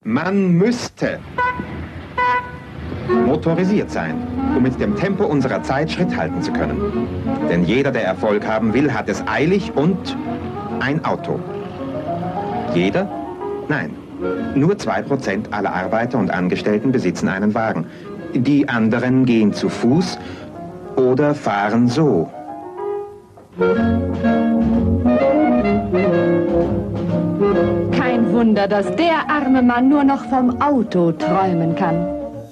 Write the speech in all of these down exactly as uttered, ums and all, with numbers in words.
Man müsste motorisiert sein, um mit dem Tempo unserer Zeit Schritt halten zu können. Denn jeder, der Erfolg haben will, hat es eilig und ein Auto. Jeder? Nein. Nur zwei Prozent aller Arbeiter und Angestellten besitzen einen Wagen. Die anderen gehen zu Fuß oder fahren so. Kein Wunder, dass der arme Mann nur noch vom Auto träumen kann.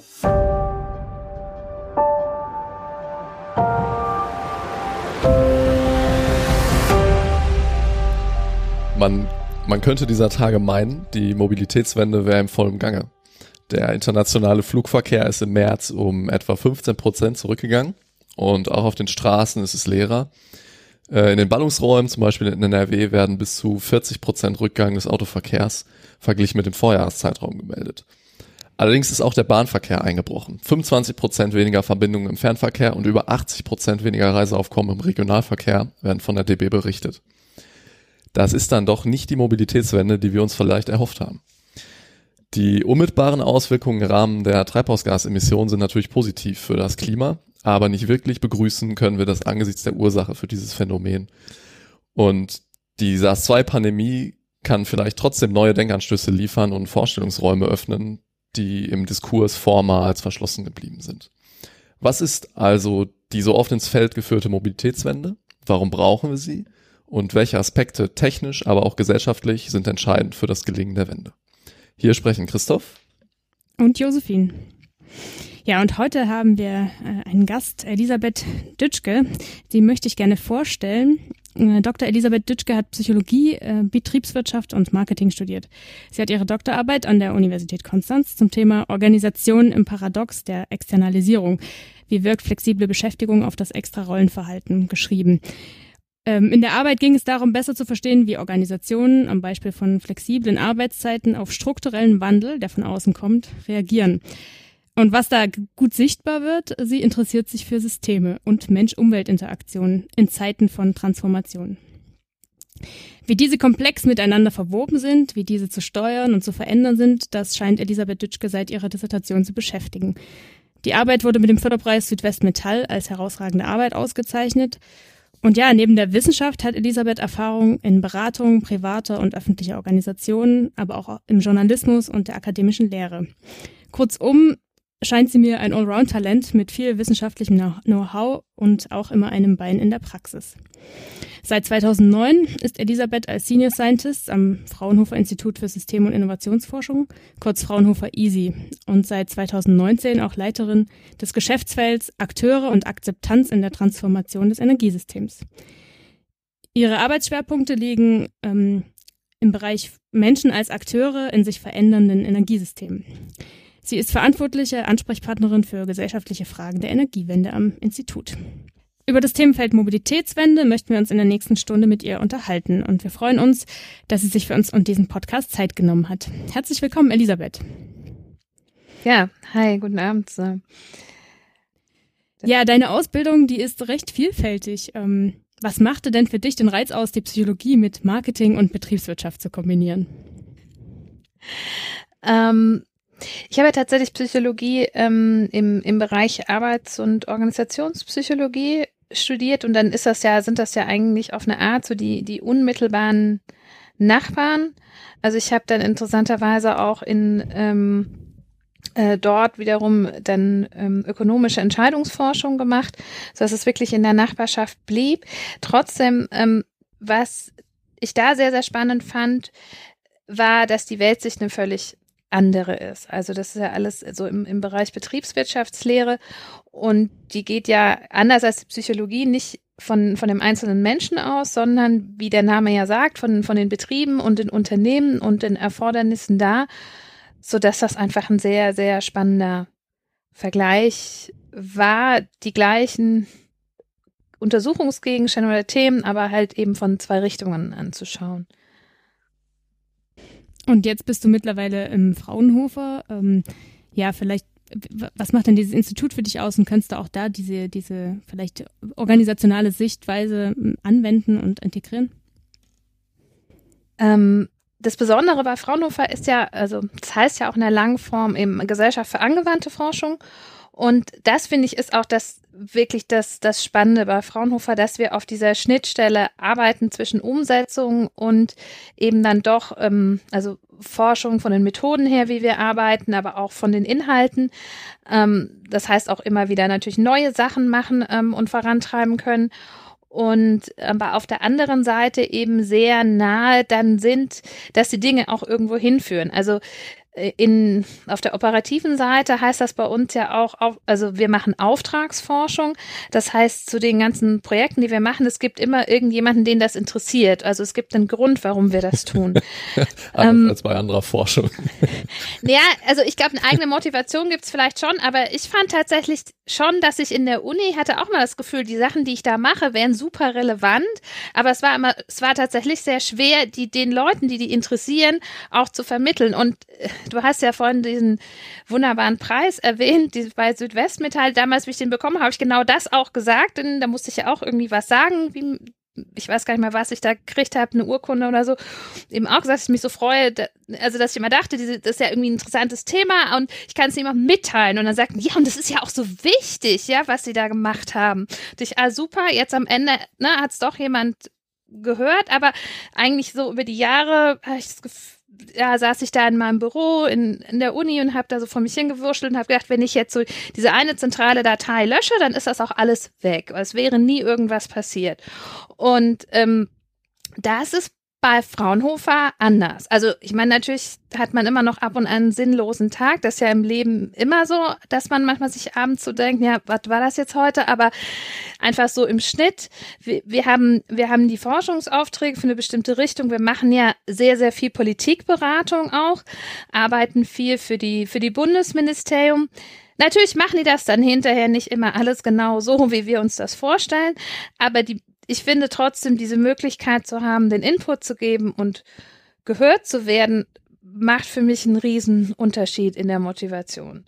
Man, man könnte dieser Tage meinen, die Mobilitätswende wäre im vollen Gange. Der internationale Flugverkehr ist im März um etwa fünfzehn Prozent zurückgegangen und auch auf den Straßen ist es leerer. In den Ballungsräumen, zum Beispiel in N R W, werden bis zu vierzig Prozent Rückgang des Autoverkehrs verglichen mit dem Vorjahreszeitraum gemeldet. Allerdings ist auch der Bahnverkehr eingebrochen. fünfundzwanzig Prozent weniger Verbindungen im Fernverkehr und über achtzig Prozent weniger Reiseaufkommen im Regionalverkehr werden von der D B berichtet. Das ist dann doch nicht die Mobilitätswende, die wir uns vielleicht erhofft haben. Die unmittelbaren Auswirkungen im Rahmen der Treibhausgasemissionen sind natürlich positiv für das Klima, aber nicht wirklich begrüßen können wir das angesichts der Ursache für dieses Phänomen. Und die SARS zwei Pandemie kann vielleicht trotzdem neue Denkanstöße liefern und Vorstellungsräume öffnen, die im Diskurs vormals verschlossen geblieben sind. Was ist also die so oft ins Feld geführte Mobilitätswende? Warum brauchen wir sie? Und welche Aspekte technisch, aber auch gesellschaftlich sind entscheidend für das Gelingen der Wende? Hier sprechen Christoph und Josephine. Ja, und heute haben wir äh, einen Gast, Elisabeth Dütschke. Die möchte ich gerne vorstellen. Äh, Doktor Elisabeth Dütschke hat Psychologie, äh, Betriebswirtschaft und Marketing studiert. Sie hat ihre Doktorarbeit an der Universität Konstanz zum Thema Organisation im Paradox der Externalisierung. Wie wirkt flexible Beschäftigung auf das Extrarollenverhalten geschrieben. In der Arbeit ging es darum, besser zu verstehen, wie Organisationen am Beispiel von flexiblen Arbeitszeiten auf strukturellen Wandel, der von außen kommt, reagieren. Und was da gut sichtbar wird, sie interessiert sich für Systeme und Mensch-Umwelt-Interaktionen in Zeiten von Transformation. Wie diese komplex miteinander verwoben sind, wie diese zu steuern und zu verändern sind, das scheint Elisabeth Dütschke seit ihrer Dissertation zu beschäftigen. Die Arbeit wurde mit dem Förderpreis Südwestmetall als herausragende Arbeit ausgezeichnet. Und ja, neben der Wissenschaft hat Elisabeth Erfahrung in Beratung privater und öffentlicher Organisationen, aber auch im Journalismus und der akademischen Lehre. Kurzum scheint sie mir ein Allround-Talent mit viel wissenschaftlichem Know-how und auch immer einem Bein in der Praxis. Seit zweitausendneun ist Elisabeth als Senior Scientist am Fraunhofer Institut für System- und Innovationsforschung, kurz Fraunhofer I S I, und seit zweitausendneunzehn auch Leiterin des Geschäftsfelds Akteure und Akzeptanz in der Transformation des Energiesystems. Ihre Arbeitsschwerpunkte liegen ähm, im Bereich Menschen als Akteure in sich verändernden Energiesystemen. Sie ist verantwortliche Ansprechpartnerin für gesellschaftliche Fragen der Energiewende am Institut. Über das Themenfeld Mobilitätswende möchten wir uns in der nächsten Stunde mit ihr unterhalten. Und wir freuen uns, dass sie sich für uns und diesen Podcast Zeit genommen hat. Herzlich willkommen, Elisabeth. Ja, hi, guten Abend. Ja, deine Ausbildung, die ist recht vielfältig. Was machte denn für dich den Reiz aus, die Psychologie mit Marketing und Betriebswirtschaft zu kombinieren? Ähm, ich habe ja tatsächlich Psychologie ähm, im, im Bereich Arbeits- und Organisationspsychologie studiert und dann ist das ja, sind das ja eigentlich auf eine Art so die, die unmittelbaren Nachbarn. Also ich habe dann interessanterweise auch in ähm, äh, dort wiederum dann ähm, ökonomische Entscheidungsforschung gemacht, sodass es wirklich in der Nachbarschaft blieb. Trotzdem, ähm, was ich da sehr, sehr spannend fand, war, dass die Weltsicht eine völlig andere ist. Also das ist ja alles so im, im Bereich Betriebswirtschaftslehre und die geht ja anders als die Psychologie nicht von, von dem einzelnen Menschen aus, sondern wie der Name ja sagt, von, von den Betrieben und den Unternehmen und den Erfordernissen da, sodass das einfach ein sehr, sehr spannender Vergleich war, die gleichen Untersuchungsgegenstände oder Themen, aber halt eben von zwei Richtungen anzuschauen. Und jetzt bist du mittlerweile im Fraunhofer. Ähm, ja, vielleicht, was macht denn dieses Institut für dich aus und könntest du auch da diese, diese vielleicht organisationale Sichtweise anwenden und integrieren? Ähm, das Besondere bei Fraunhofer ist ja, also das heißt ja auch in der langen Form eben Gesellschaft für angewandte Forschung. Und das, finde ich, ist auch das wirklich das, das Spannende bei Fraunhofer, dass wir auf dieser Schnittstelle arbeiten zwischen Umsetzung und eben dann doch, ähm, also Forschung von den Methoden her, wie wir arbeiten, aber auch von den Inhalten. Ähm, das heißt auch immer wieder natürlich neue Sachen machen ähm, und vorantreiben können. Und aber auf der anderen Seite eben sehr nahe dann sind, dass die Dinge auch irgendwo hinführen. Also in, auf der operativen Seite heißt das bei uns ja auch, auf, also wir machen Auftragsforschung. Das heißt, zu den ganzen Projekten, die wir machen, es gibt immer irgendjemanden, den das interessiert. Also es gibt einen Grund, warum wir das tun. Anders ähm, als bei anderer Forschung. Ja, also ich glaube, eine eigene Motivation gibt's vielleicht schon, aber ich fand tatsächlich schon, dass ich in der Uni hatte auch mal das Gefühl, die Sachen, die ich da mache, wären super relevant, aber es war immer, es war tatsächlich sehr schwer, die den Leuten, die die interessieren, auch zu vermitteln. Und du hast ja vorhin diesen wunderbaren Preis erwähnt, die, bei Südwestmetall. Damals, wie ich den bekommen habe, habe ich genau das auch gesagt, denn da musste ich ja auch irgendwie was sagen, wie, ich weiß gar nicht mehr, was ich da gekriegt habe, eine Urkunde oder so, eben auch gesagt, dass ich mich so freue, da, also dass ich immer dachte, diese, das ist ja irgendwie ein interessantes Thema und ich kann es jemandem mitteilen und dann sagten, ja, und das ist ja auch so wichtig, ja, was sie da gemacht haben. Und ich, ah, super, jetzt am Ende, ne, hat es doch jemand gehört, aber eigentlich so über die Jahre habe ich das Gefühl, ja, saß ich da in meinem Büro in, in der Uni und habe da so vor mich hingewurschtelt und habe gedacht, wenn ich jetzt so diese eine zentrale Datei lösche, dann ist das auch alles weg. Es wäre nie irgendwas passiert. Und ähm, das ist bei Fraunhofer anders. Also ich meine, natürlich hat man immer noch ab und an einen sinnlosen Tag. Das ist ja im Leben immer so, dass man manchmal sich abends so denkt, ja, was war das jetzt heute? Aber einfach so im Schnitt. Wir, wir haben, wir haben die Forschungsaufträge für eine bestimmte Richtung. Wir machen ja sehr, sehr viel Politikberatung auch, arbeiten viel für die, für die Bundesministerium. Natürlich machen die das dann hinterher nicht immer alles genau so, wie wir uns das vorstellen. Aber die Ich finde trotzdem, diese Möglichkeit zu haben, den Input zu geben und gehört zu werden, macht für mich einen riesen Unterschied in der Motivation.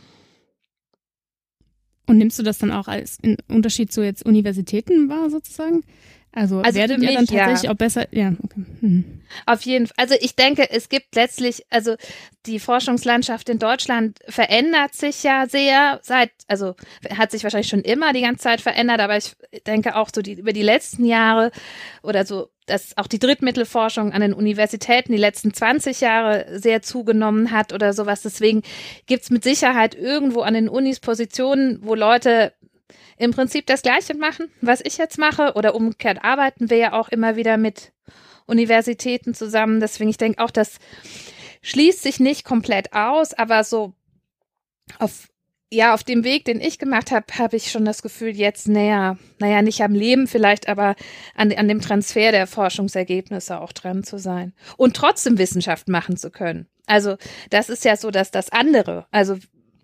Und nimmst du das dann auch als in Unterschied zu jetzt Universitäten wahr, sozusagen? Also, also werdet ihr dann tatsächlich ja. auch besser, ja, okay. Mhm. Auf jeden Fall. Also ich denke, es gibt letztlich, also die Forschungslandschaft in Deutschland verändert sich ja sehr seit, also hat sich wahrscheinlich schon immer die ganze Zeit verändert, aber ich denke auch so die, über die letzten Jahre oder so, dass auch die Drittmittelforschung an den Universitäten die letzten zwanzig Jahre sehr zugenommen hat oder sowas. Deswegen gibt's mit Sicherheit irgendwo an den Unis Positionen, wo Leute im Prinzip das Gleiche machen, was ich jetzt mache, oder umgekehrt arbeiten wir ja auch immer wieder mit Universitäten zusammen. Deswegen, ich denke auch, das schließt sich nicht komplett aus, aber so auf, ja, auf dem Weg, den ich gemacht habe, habe ich schon das Gefühl, jetzt näher, naja, nicht am Leben vielleicht, aber an, an dem Transfer der Forschungsergebnisse auch dran zu sein und trotzdem Wissenschaft machen zu können. Also das ist ja so, dass das andere, also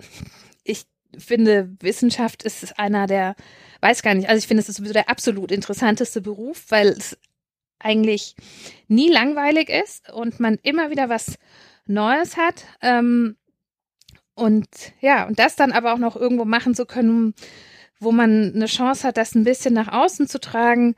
ich finde, Wissenschaft ist einer der, weiß gar nicht, also ich finde, es ist sowieso der absolut interessanteste Beruf, weil es eigentlich nie langweilig ist und man immer wieder was Neues hat. Ähm, und ja, und das dann aber auch noch irgendwo machen zu können, wo man eine Chance hat, das ein bisschen nach außen zu tragen,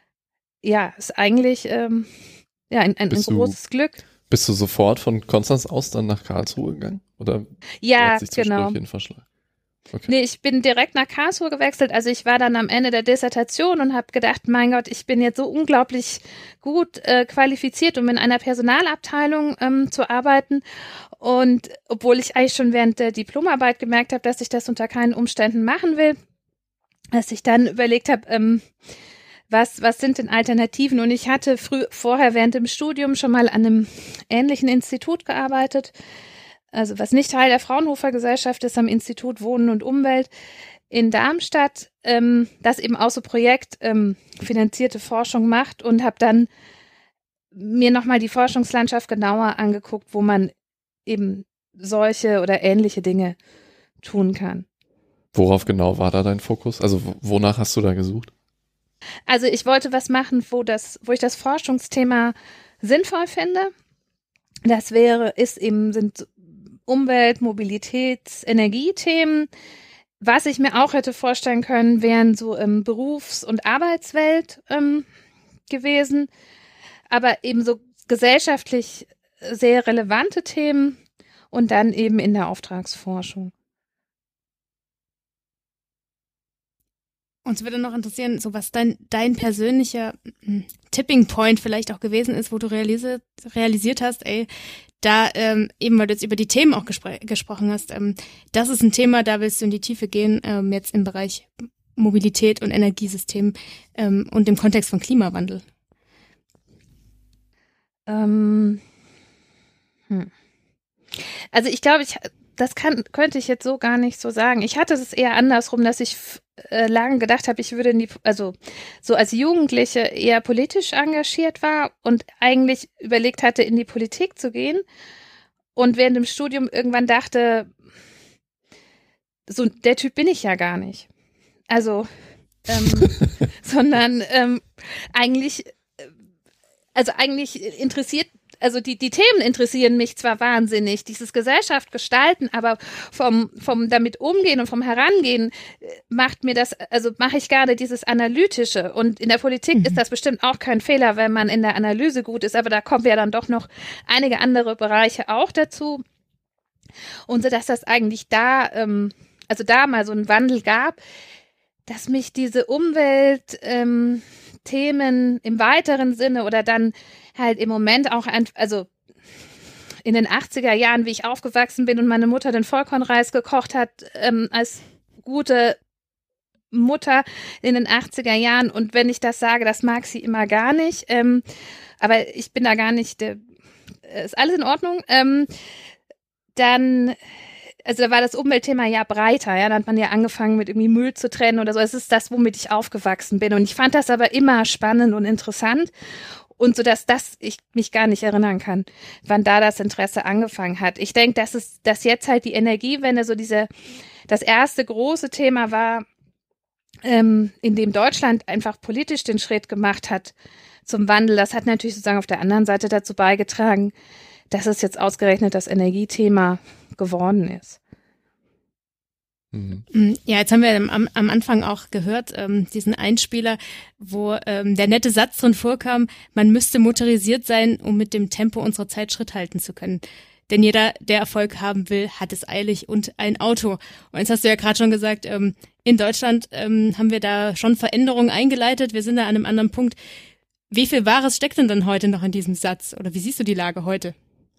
ja, ist eigentlich ähm, ja, ein, ein, ein großes Glück. Bist du sofort von Konstanz aus dann nach Karlsruhe gegangen? Oder ja, hat sich genau. Jeden Verschlag? Okay. Nee, ich bin direkt nach Karlsruhe gewechselt. Also ich war dann am Ende der Dissertation und habe gedacht, mein Gott, ich bin jetzt so unglaublich gut äh, qualifiziert, um in einer Personalabteilung ähm, zu arbeiten. Und obwohl ich eigentlich schon während der Diplomarbeit gemerkt habe, dass ich das unter keinen Umständen machen will, dass ich dann überlegt habe, ähm, was, was sind denn Alternativen? Und ich hatte früh, vorher während dem Studium schon mal an einem ähnlichen Institut gearbeitet, also was nicht Teil der Fraunhofer Gesellschaft ist, am Institut Wohnen und Umwelt in Darmstadt, ähm, das eben auch so projektfinanzierte ähm, Forschung macht, und habe dann mir nochmal die Forschungslandschaft genauer angeguckt, wo man eben solche oder ähnliche Dinge tun kann. Worauf genau war da dein Fokus? Also wonach hast du da gesucht? Also ich wollte was machen, wo das, wo ich das Forschungsthema sinnvoll finde. Das wäre, ist eben, sind Umwelt-, Mobilitäts-, Energiethemen. Was ich mir auch hätte vorstellen können, wären so ähm, Berufs- und Arbeitswelt ähm, gewesen. Aber eben so gesellschaftlich sehr relevante Themen und dann eben in der Auftragsforschung. Uns würde noch interessieren, so was dein, dein persönlicher hm, Tipping Point vielleicht auch gewesen ist, wo du realisiert, realisiert hast, ey, da ähm, eben, weil du jetzt über die Themen auch gespr- gesprochen hast, ähm, das ist ein Thema, da willst du in die Tiefe gehen, ähm, jetzt im Bereich Mobilität und Energiesystem ähm, und im Kontext von Klimawandel. Ähm, hm. Also ich glaube, ich das kann, könnte ich jetzt so gar nicht so sagen. Ich hatte es eher andersrum, dass ich äh, lange gedacht habe, ich würde in die, also so als Jugendliche eher politisch engagiert war und eigentlich überlegt hatte, in die Politik zu gehen und während dem Studium irgendwann dachte, so der Typ bin ich ja gar nicht. Also, ähm, sondern ähm, eigentlich, also eigentlich interessiert Also die, die Themen interessieren mich zwar wahnsinnig, dieses Gesellschaft gestalten, aber vom, vom damit umgehen und vom Herangehen macht mir das, also mache ich gerade dieses Analytische. Und in der Politik mhm. ist das bestimmt auch kein Fehler, wenn man in der Analyse gut ist, aber da kommen ja dann doch noch einige andere Bereiche auch dazu. Und so, dass das eigentlich da, ähm, also da mal so einen Wandel gab, dass mich diese Umwelt, ähm, Themen im weiteren Sinne oder dann halt im Moment auch, ein, also in den achtziger Jahren, wie ich aufgewachsen bin und meine Mutter den Vollkornreis gekocht hat, ähm, als gute Mutter in den achtziger Jahren. Und wenn ich das sage, das mag sie immer gar nicht. Ähm, aber ich bin da gar nicht, äh, ist alles in Ordnung. Ähm, dann... Also da war das Umweltthema ja breiter, ja, da hat man ja angefangen mit irgendwie Müll zu trennen oder so. Es ist das, womit ich aufgewachsen bin und ich fand das aber immer spannend und interessant und so, dass das ich mich gar nicht erinnern kann, wann da das Interesse angefangen hat. Ich denke, dass es, dass jetzt halt die Energiewende so diese, das erste große Thema war, ähm, in dem Deutschland einfach politisch den Schritt gemacht hat zum Wandel. Das hat natürlich sozusagen auf der anderen Seite dazu beigetragen, dass es jetzt ausgerechnet das Energiethema geworden ist. Ja, jetzt haben wir am, am Anfang auch gehört, ähm, diesen Einspieler, wo ähm, der nette Satz drin vorkam, man müsste motorisiert sein, um mit dem Tempo unserer Zeit Schritt halten zu können. Denn jeder, der Erfolg haben will, hat es eilig und ein Auto. Und jetzt hast du ja gerade schon gesagt, ähm, in Deutschland ähm, haben wir da schon Veränderungen eingeleitet, wir sind da an einem anderen Punkt. Wie viel Wahres steckt denn dann heute noch in diesem Satz? Oder wie siehst du die Lage heute?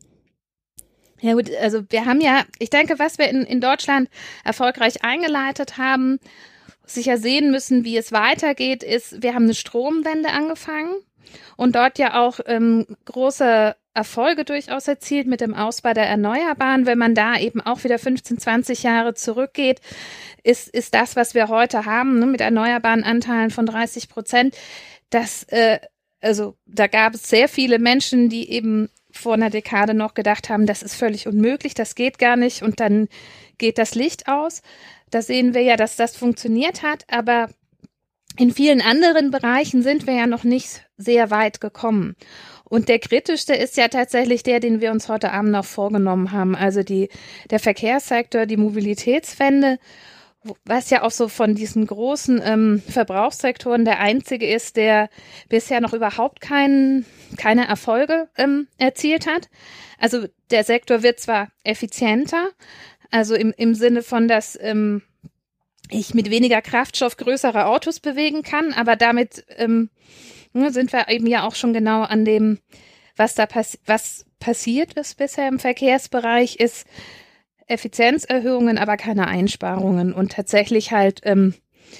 Ja gut, also wir haben ja, ich denke, was wir in, in Deutschland erfolgreich eingeleitet haben, sicher sehen müssen, wie es weitergeht, ist, wir haben eine Stromwende angefangen und dort ja auch ähm, große Erfolge durchaus erzielt mit dem Ausbau der Erneuerbaren. Wenn man da eben auch wieder fünfzehn, zwanzig Jahre zurückgeht, ist, ist das, was wir heute haben, ne, mit erneuerbaren Anteilen von dreißig Prozent, das, äh, also da gab es sehr viele Menschen, die eben vor einer Dekade noch gedacht haben, das ist völlig unmöglich, das geht gar nicht und dann geht das Licht aus. Da sehen wir ja, dass das funktioniert hat, aber in vielen anderen Bereichen sind wir ja noch nicht sehr weit gekommen. Und der kritischste ist ja tatsächlich der, den wir uns heute Abend noch vorgenommen haben, also die, der Verkehrssektor, die Mobilitätswende, was ja auch so von diesen großen ähm, Verbrauchssektoren der einzige ist, der bisher noch überhaupt keinen, keine Erfolge ähm, erzielt hat. Also der Sektor wird zwar effizienter, also im, im Sinne von, dass ähm, ich mit weniger Kraftstoff größere Autos bewegen kann, aber damit ähm, sind wir eben ja auch schon genau an dem, was da pass- was passiert ist bisher im Verkehrsbereich, ist Effizienzerhöhungen, aber keine Einsparungen und tatsächlich halt ähm,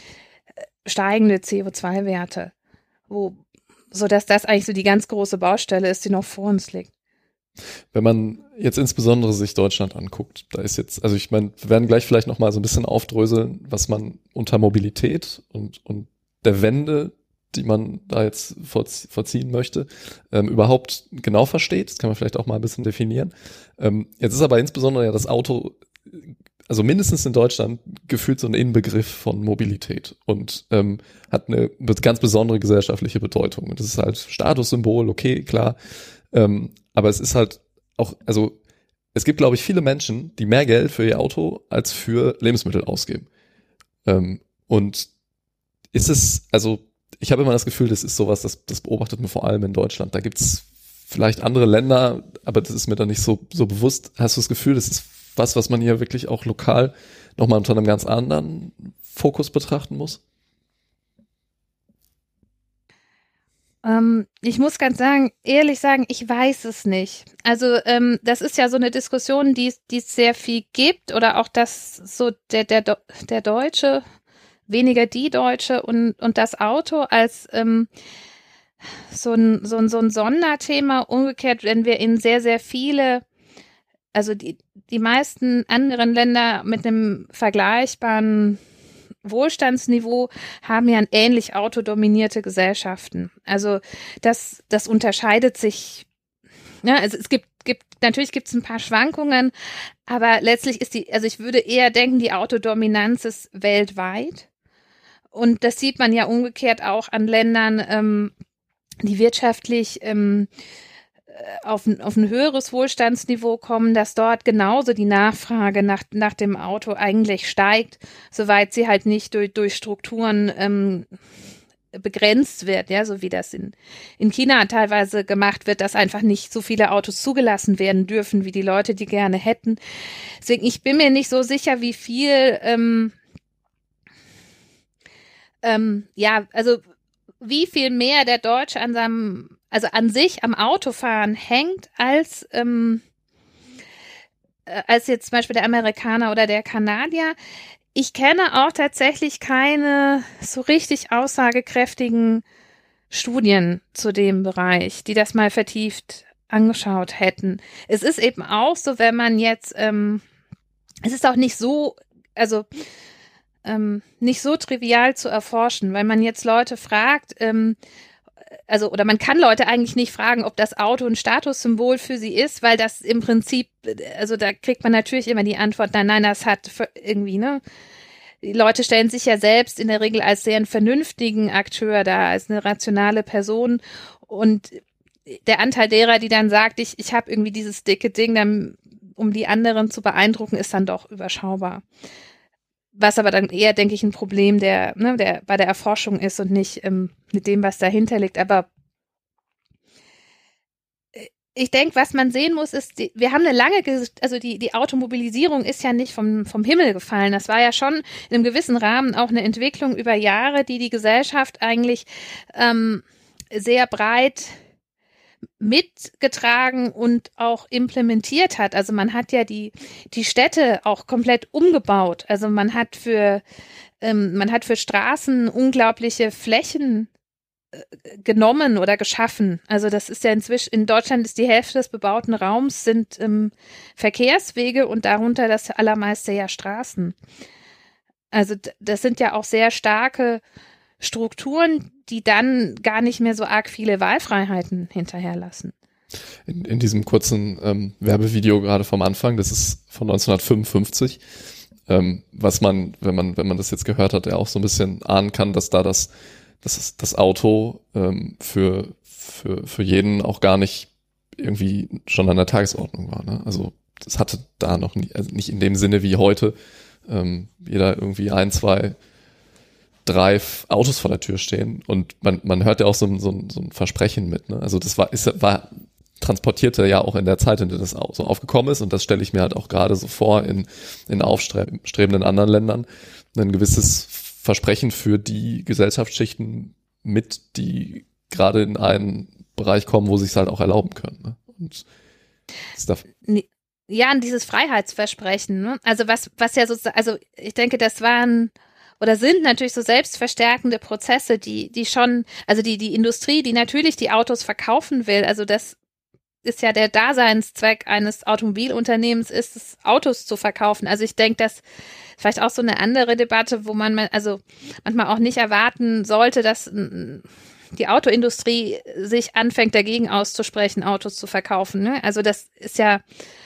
steigende C O zwei Werte, wo, so dass das eigentlich so die ganz große Baustelle ist, die noch vor uns liegt. Wenn man jetzt insbesondere sich Deutschland anguckt, da ist jetzt, also ich meine, wir werden gleich vielleicht noch mal so ein bisschen aufdröseln, was man unter Mobilität und, und der Wende, die man da jetzt vorzie- vorziehen möchte, ähm, überhaupt genau versteht. Das kann man vielleicht auch mal ein bisschen definieren. Ähm, jetzt ist aber insbesondere ja das Auto, also mindestens in Deutschland, gefühlt so ein Inbegriff von Mobilität und ähm, hat eine ganz besondere gesellschaftliche Bedeutung. Und das ist halt Statussymbol, okay, klar. Ähm, aber es ist halt auch, also es gibt, glaube ich, viele Menschen, die mehr Geld für ihr Auto als für Lebensmittel ausgeben. Ähm, und ist es, also ich habe immer das Gefühl, das ist sowas, das, das beobachtet man vor allem in Deutschland. Da gibt's vielleicht andere Länder, aber das ist mir dann nicht so, so bewusst. Hast du das Gefühl, das ist was, was man hier wirklich auch lokal nochmal unter einem ganz anderen Fokus betrachten muss? Ähm, ich muss ganz sagen, ehrlich sagen, ich weiß es nicht. Also ähm, das ist ja so eine Diskussion, die die es sehr viel gibt, oder auch das so der der der Deutsche, weniger die Deutsche und und das Auto als ähm, so ein so ein so ein Sonderthema. Umgekehrt, wenn wir in sehr sehr viele, also die die meisten anderen Länder mit einem vergleichbaren Wohlstandsniveau haben ja ein ähnlich autodominierte Gesellschaften. Also das, das unterscheidet sich. Ja, also es gibt, gibt, natürlich gibt es ein paar Schwankungen, aber letztlich ist die, also ich würde eher denken, die Autodominanz ist weltweit. Und das sieht man ja umgekehrt auch an Ländern, ähm, die wirtschaftlich ähm, auf ein, auf ein höheres Wohlstandsniveau kommen, dass dort genauso die Nachfrage nach, nach dem Auto eigentlich steigt, soweit sie halt nicht durch, durch Strukturen ähm, begrenzt wird, ja, so wie das in, in China teilweise gemacht wird, dass einfach nicht so viele Autos zugelassen werden dürfen, wie die Leute die gerne hätten. Deswegen, ich bin mir nicht so sicher, wie viel, ähm, ähm, ja, also wie viel mehr der Deutsche an seinem also an sich am Autofahren hängt, als, ähm, als jetzt zum Beispiel der Amerikaner oder der Kanadier. Ich kenne auch tatsächlich keine so richtig aussagekräftigen Studien zu dem Bereich, die das mal vertieft angeschaut hätten. Es ist eben auch so, wenn man jetzt, ähm, es ist auch nicht so, also ähm, nicht so trivial zu erforschen, weil man jetzt Leute fragt, ähm, also, oder man kann Leute eigentlich nicht fragen, ob das Auto ein Statussymbol für sie ist, weil das im Prinzip, also da kriegt man natürlich immer die Antwort, nein, nein, das hat irgendwie, ne? Die Leute stellen sich ja selbst in der Regel als sehr einen vernünftigen Akteur dar, als eine rationale Person, und der Anteil derer, die dann sagt, ich, ich habe irgendwie dieses dicke Ding, dann, um die anderen zu beeindrucken, ist dann doch überschaubar. Was aber dann eher, denke ich, ein Problem der, ne, der bei der Erforschung ist und nicht ähm, mit dem, was dahinter liegt. Aber ich denke, was man sehen muss, ist, die, wir haben eine lange, also die, die Automobilisierung ist ja nicht vom, vom Himmel gefallen. Das war ja schon in einem gewissen Rahmen auch eine Entwicklung über Jahre, die die Gesellschaft eigentlich ähm, sehr breit mitgetragen und auch implementiert hat. Also man hat ja die die Städte auch komplett umgebaut. Also man hat für ähm, man hat für Straßen unglaubliche Flächen äh, genommen oder geschaffen. Also das ist ja inzwischen, in Deutschland ist die Hälfte des bebauten Raums sind ähm, Verkehrswege und darunter das allermeiste ja Straßen. Also d- das sind ja auch sehr starke Strukturen, die dann gar nicht mehr so arg viele Wahlfreiheiten hinterherlassen. In, in diesem kurzen ähm, Werbevideo gerade vom Anfang, das ist von neunzehnhundertfünfundfünfzig, ähm, was man, wenn man, wenn man das jetzt gehört hat, ja auch so ein bisschen ahnen kann, dass da das, das, das Auto ähm, für, für, für jeden auch gar nicht irgendwie schon an der Tagesordnung war. Ne? Also das hatte da noch nie, also nicht in dem Sinne wie heute, ähm, jeder irgendwie ein, zwei drei Autos vor der Tür stehen, und man man hört ja auch so ein, so ein, so ein Versprechen mit, ne? Also das war ist war transportierte ja auch in der Zeit, in der das so aufgekommen ist, und das stelle ich mir halt auch gerade so vor in in aufstrebenden anderen Ländern, ein gewisses Versprechen für die Gesellschaftsschichten mit, die gerade in einen Bereich kommen, wo sie es halt auch erlauben können, ne? Und das darf ja, und dieses Freiheitsversprechen, ne? Also was was ja sozusagen, also ich denke, das waren oder sind natürlich so selbstverstärkende Prozesse, die die schon, also die die Industrie, die natürlich die Autos verkaufen will, also das ist ja der Daseinszweck eines Automobilunternehmens, ist es, Autos zu verkaufen. Also ich denke, das ist vielleicht auch so eine andere Debatte, wo man also manchmal auch nicht erwarten sollte, dass die Autoindustrie sich anfängt, dagegen auszusprechen, Autos zu verkaufen, ne? Also das ist ja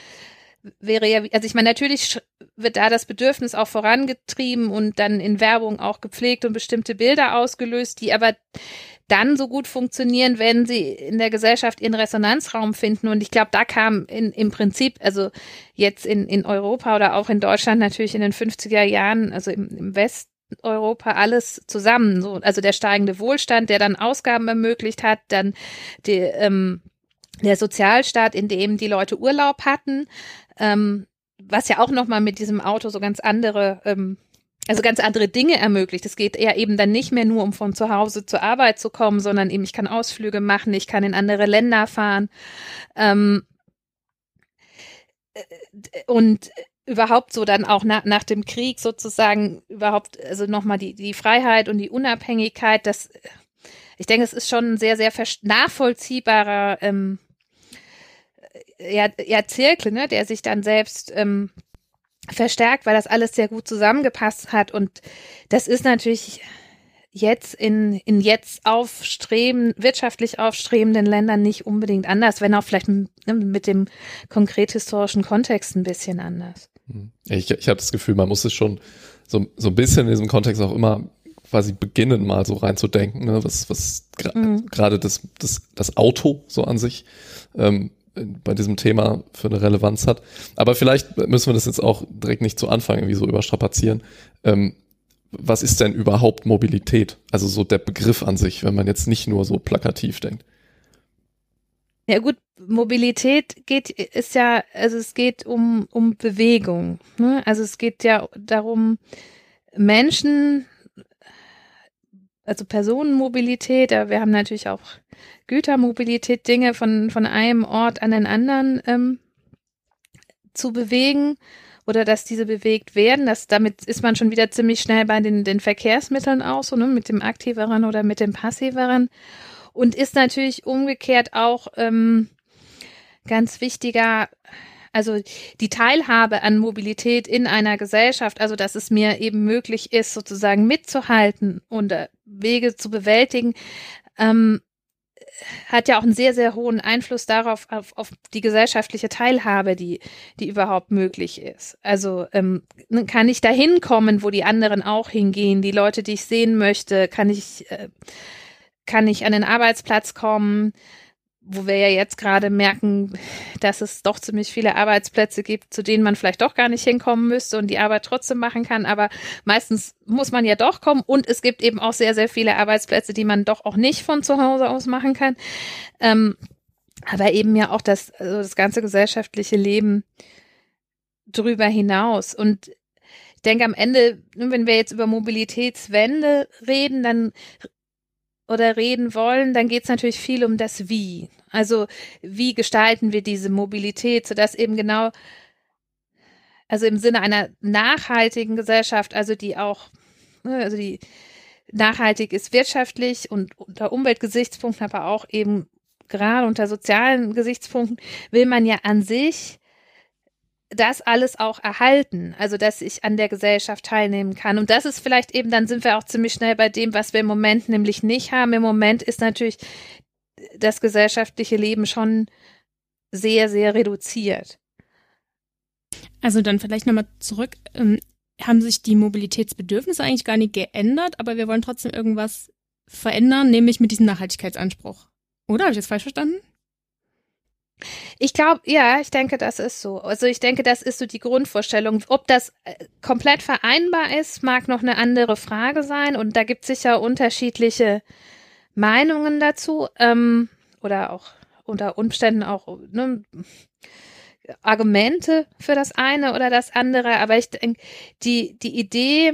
wäre ja, also ich meine, natürlich wird da das Bedürfnis auch vorangetrieben und dann in Werbung auch gepflegt und bestimmte Bilder ausgelöst, die aber dann so gut funktionieren, wenn sie in der Gesellschaft ihren Resonanzraum finden. Und ich glaube, da kam in, im Prinzip, also jetzt in, in Europa oder auch in Deutschland natürlich in den fünfziger Jahren, also im, im Westeuropa alles zusammen. So, also der steigende Wohlstand, der dann Ausgaben ermöglicht hat, dann die, ähm, der Sozialstaat, in dem die Leute Urlaub hatten, ähm, was ja auch nochmal mit diesem Auto so ganz andere, ähm, also ganz andere Dinge ermöglicht. Es geht ja eben dann nicht mehr nur um von zu Hause zur Arbeit zu kommen, sondern eben ich kann Ausflüge machen, ich kann in andere Länder fahren, ähm, und überhaupt so dann auch nach, nach dem Krieg sozusagen überhaupt, also nochmal die, die Freiheit und die Unabhängigkeit, das, ich denke, es ist schon ein sehr, sehr nachvollziehbarer ähm, ja, ja, Zirkel, ne, der sich dann selbst ähm, verstärkt, weil das alles sehr gut zusammengepasst hat. Und das ist natürlich jetzt in, in jetzt aufstreben, wirtschaftlich aufstrebenden Ländern nicht unbedingt anders, wenn auch vielleicht mit, mit dem konkret historischen Kontext ein bisschen anders. Ich, ich habe das Gefühl, man muss es schon so, so ein bisschen in diesem Kontext auch immer quasi beginnen, mal so reinzudenken, ne, was, was gerade mhm. das, das, das Auto so an sich ähm, bei diesem Thema für eine Relevanz hat. Aber vielleicht müssen wir das jetzt auch direkt nicht zu Anfang irgendwie so überstrapazieren. Ähm, was ist denn überhaupt Mobilität? Also so der Begriff an sich, wenn man jetzt nicht nur so plakativ denkt. Ja gut, Mobilität geht, ist ja, also es geht um, um Bewegung, ne? Also es geht ja darum, Menschen, also Personenmobilität, aber wir haben natürlich auch Gütermobilität, Dinge von, von einem Ort an den anderen ähm, zu bewegen oder dass diese bewegt werden. Das, damit ist man schon wieder ziemlich schnell bei den, den Verkehrsmitteln auch, so, ne, mit dem aktiveren oder mit dem passiveren. Und ist natürlich umgekehrt auch ähm, ganz wichtiger, also die Teilhabe an Mobilität in einer Gesellschaft, also dass es mir eben möglich ist, sozusagen mitzuhalten und äh, Wege zu bewältigen, ähm, hat ja auch einen sehr, sehr hohen Einfluss darauf, auf, auf die gesellschaftliche Teilhabe, die, die überhaupt möglich ist. Also ähm, kann ich da hinkommen, wo die anderen auch hingehen, die Leute, die ich sehen möchte, kann ich, äh, kann ich an den Arbeitsplatz kommen, wo wir ja jetzt gerade merken, dass es doch ziemlich viele Arbeitsplätze gibt, zu denen man vielleicht doch gar nicht hinkommen müsste und die Arbeit trotzdem machen kann, aber meistens muss man ja doch kommen und es gibt eben auch sehr, sehr viele Arbeitsplätze, die man doch auch nicht von zu Hause aus machen kann, ähm, aber eben ja auch das, also das ganze gesellschaftliche Leben drüber hinaus. Und ich denke am Ende, wenn wir jetzt über Mobilitätswende reden, dann oder reden wollen, dann geht es natürlich viel um das Wie. Also wie gestalten wir diese Mobilität, sodass eben genau, also im Sinne einer nachhaltigen Gesellschaft, also die auch, also die nachhaltig ist wirtschaftlich und unter Umweltgesichtspunkten, aber auch eben gerade unter sozialen Gesichtspunkten, will man ja an sich das alles auch erhalten, also dass ich an der Gesellschaft teilnehmen kann. Und das ist vielleicht eben, dann sind wir auch ziemlich schnell bei dem, was wir im Moment nämlich nicht haben. Im Moment ist natürlich das gesellschaftliche Leben schon sehr, sehr reduziert. Also dann vielleicht nochmal zurück. Ähm, haben sich die Mobilitätsbedürfnisse eigentlich gar nicht geändert, aber wir wollen trotzdem irgendwas verändern, nämlich mit diesem Nachhaltigkeitsanspruch. Oder? Habe ich das falsch verstanden? Ich glaube, ja, ich denke, das ist so. Also ich denke, das ist so die Grundvorstellung. Ob das komplett vereinbar ist, mag noch eine andere Frage sein. Und da gibt es sicher unterschiedliche Meinungen dazu. Ähm, oder auch unter Umständen auch ne, Argumente für das eine oder das andere. Aber ich denke, die, die Idee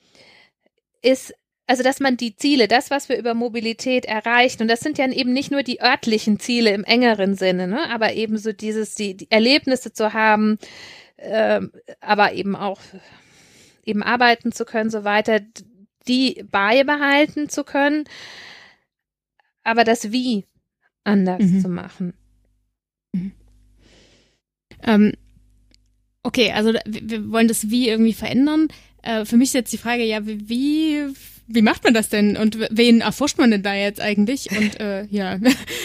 ist, also, dass man die Ziele, das, was wir über Mobilität erreichen, und das sind ja eben nicht nur die örtlichen Ziele im engeren Sinne, ne, aber eben so dieses, die, die Erlebnisse zu haben, äh, aber eben auch eben arbeiten zu können, so weiter, die beibehalten zu können, aber das Wie anders mhm. zu machen. Mhm. Ähm, okay, also wir, wir wollen das Wie irgendwie verändern. Äh, für mich ist jetzt die Frage, ja, wie Wie macht man das denn und wen erforscht man denn da jetzt eigentlich? Und äh, ja,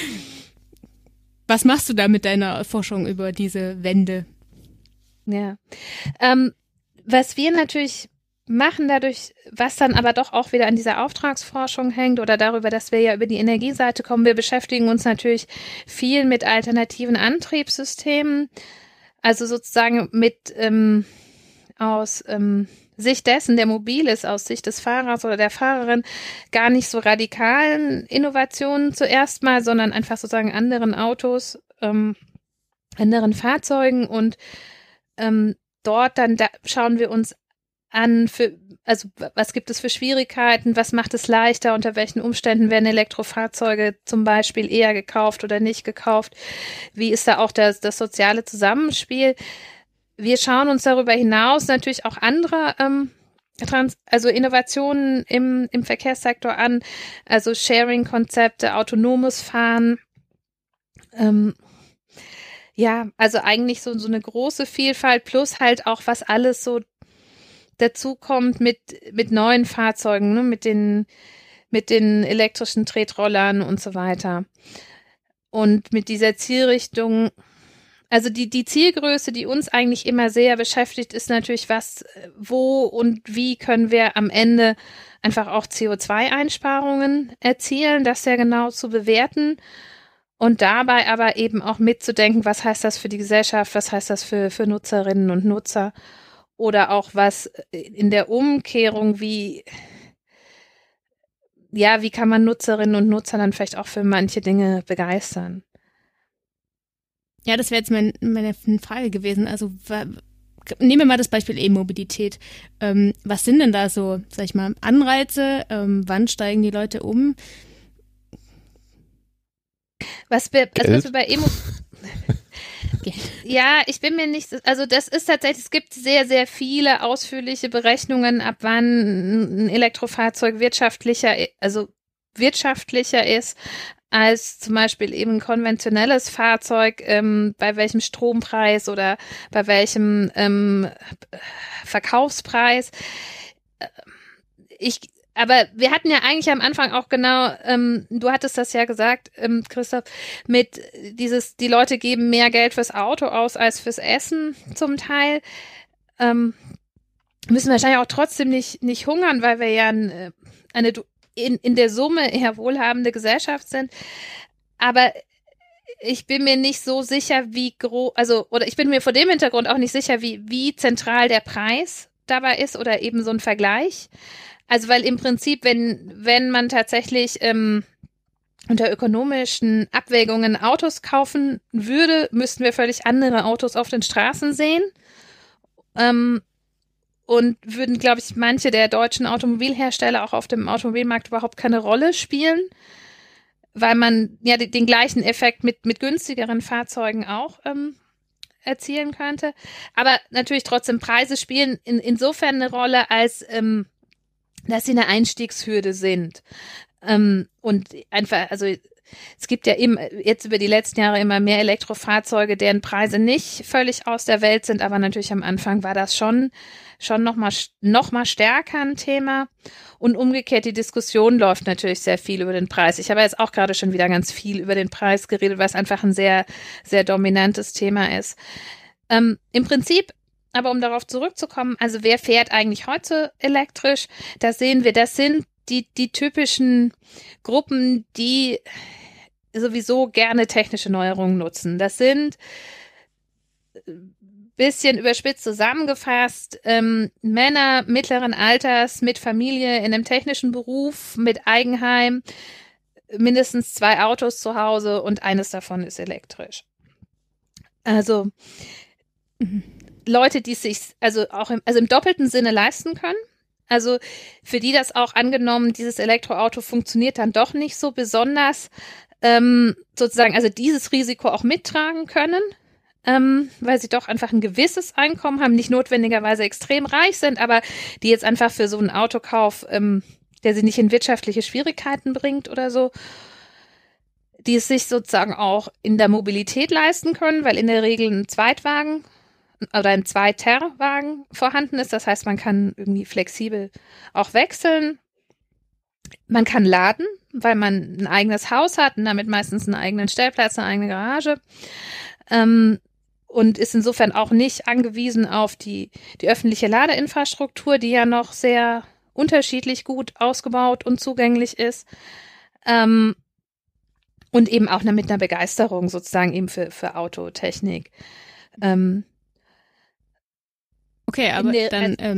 was machst du da mit deiner Forschung über diese Wende? Ja, ähm, was wir natürlich machen dadurch, was dann aber doch auch wieder an dieser Auftragsforschung hängt oder darüber, dass wir ja über die Energieseite kommen, wir beschäftigen uns natürlich viel mit alternativen Antriebssystemen, also sozusagen mit ähm, aus ähm, Sicht dessen, der mobil ist, aus Sicht des Fahrers oder der Fahrerin, gar nicht so radikalen Innovationen zuerst mal, sondern einfach sozusagen anderen Autos, ähm, anderen Fahrzeugen und ähm, dort dann da schauen wir uns an, für, also was gibt es für Schwierigkeiten, was macht es leichter, unter welchen Umständen werden Elektrofahrzeuge zum Beispiel eher gekauft oder nicht gekauft, wie ist da auch das, das soziale Zusammenspiel. Wir schauen uns darüber hinaus natürlich auch andere ähm, Trans- also Innovationen im, im Verkehrssektor an, also Sharing-Konzepte, autonomes Fahren, ähm, ja, also eigentlich so, so eine große Vielfalt plus halt auch, was alles so dazu kommt mit, mit neuen Fahrzeugen, ne, mit den, mit den elektrischen Tretrollern und so weiter. Und mit dieser Zielrichtung, also die, die Zielgröße, die uns eigentlich immer sehr beschäftigt, ist natürlich, was, wo und wie können wir am Ende einfach auch C O zwei Einsparungen erzielen, das sehr genau zu bewerten. Und dabei aber eben auch mitzudenken, was heißt das für die Gesellschaft, was heißt das für, für Nutzerinnen und Nutzer oder auch was in der Umkehrung, wie, ja, wie kann man Nutzerinnen und Nutzer dann vielleicht auch für manche Dinge begeistern? Ja, das wäre jetzt mein, meine Frage gewesen. Also nehmen wir mal das Beispiel E-Mobilität. Ähm, was sind denn da so, sag ich mal, Anreize? Ähm, wann steigen die Leute um? Was wir, also was wir bei Emo Ja, ich bin mir nicht, also das ist tatsächlich, es gibt sehr, sehr viele ausführliche Berechnungen, ab wann ein Elektrofahrzeug wirtschaftlicher, also wirtschaftlicher ist als zum Beispiel eben ein konventionelles Fahrzeug, ähm, bei welchem Strompreis oder bei welchem ähm, Verkaufspreis. Ich Aber wir hatten ja eigentlich am Anfang auch genau, ähm, du hattest das ja gesagt, ähm, Christoph, mit dieses, die Leute geben mehr Geld fürs Auto aus als fürs Essen zum Teil. Ähm, müssen wahrscheinlich auch trotzdem nicht, nicht hungern, weil wir ja eine, eine in, in der Summe eher wohlhabende Gesellschaft sind. Aber ich bin mir nicht so sicher, wie groß, also, oder ich bin mir vor dem Hintergrund auch nicht sicher, wie, wie zentral der Preis dabei ist oder eben so ein Vergleich. Also weil im Prinzip, wenn, wenn man tatsächlich ähm, unter ökonomischen Abwägungen Autos kaufen würde, müssten wir völlig andere Autos auf den Straßen sehen ähm, und würden, glaube ich, manche der deutschen Automobilhersteller auch auf dem Automobilmarkt überhaupt keine Rolle spielen, weil man ja den, den gleichen Effekt mit, mit günstigeren Fahrzeugen auch ähm, erzielen könnte. Aber natürlich trotzdem Preise spielen in, insofern eine Rolle, als ähm, dass sie eine Einstiegshürde sind. Ähm, und einfach, also es gibt ja eben jetzt über die letzten Jahre immer mehr Elektrofahrzeuge, deren Preise nicht völlig aus der Welt sind, aber natürlich am Anfang war das schon schon noch mal noch mal stärker ein Thema. Und umgekehrt, die Diskussion läuft natürlich sehr viel über den Preis. Ich habe jetzt auch gerade schon wieder ganz viel über den Preis geredet, weil es einfach ein sehr, sehr dominantes Thema ist. Ähm, im Prinzip Aber um darauf zurückzukommen, also wer fährt eigentlich heute elektrisch? Da sehen wir, das sind die, die typischen Gruppen, die sowieso gerne technische Neuerungen nutzen. Das sind, bisschen überspitzt zusammengefasst, ähm, Männer mittleren Alters mit Familie in einem technischen Beruf, mit Eigenheim, mindestens zwei Autos zu Hause und eines davon ist elektrisch. Also mhm. Leute, die es sich also auch im, also im doppelten Sinne leisten können. Also für die das auch angenommen, dieses Elektroauto funktioniert dann doch nicht so besonders, ähm, sozusagen, also dieses Risiko auch mittragen können, ähm, weil sie doch einfach ein gewisses Einkommen haben, nicht notwendigerweise extrem reich sind, aber die jetzt einfach für so einen Autokauf, ähm, der sie nicht in wirtschaftliche Schwierigkeiten bringt oder so, die es sich sozusagen auch in der Mobilität leisten können, weil in der Regel ein Zweitwagen oder ein Zweiterwagen vorhanden ist. Das heißt, man kann irgendwie flexibel auch wechseln. Man kann laden, weil man ein eigenes Haus hat und damit meistens einen eigenen Stellplatz, eine eigene Garage. Ähm, und ist insofern auch nicht angewiesen auf die, die öffentliche Ladeinfrastruktur, die ja noch sehr unterschiedlich gut ausgebaut und zugänglich ist. Ähm, und eben auch mit einer Begeisterung sozusagen eben für, für Autotechnik. Ähm, Okay, aber der, dann, also, ähm,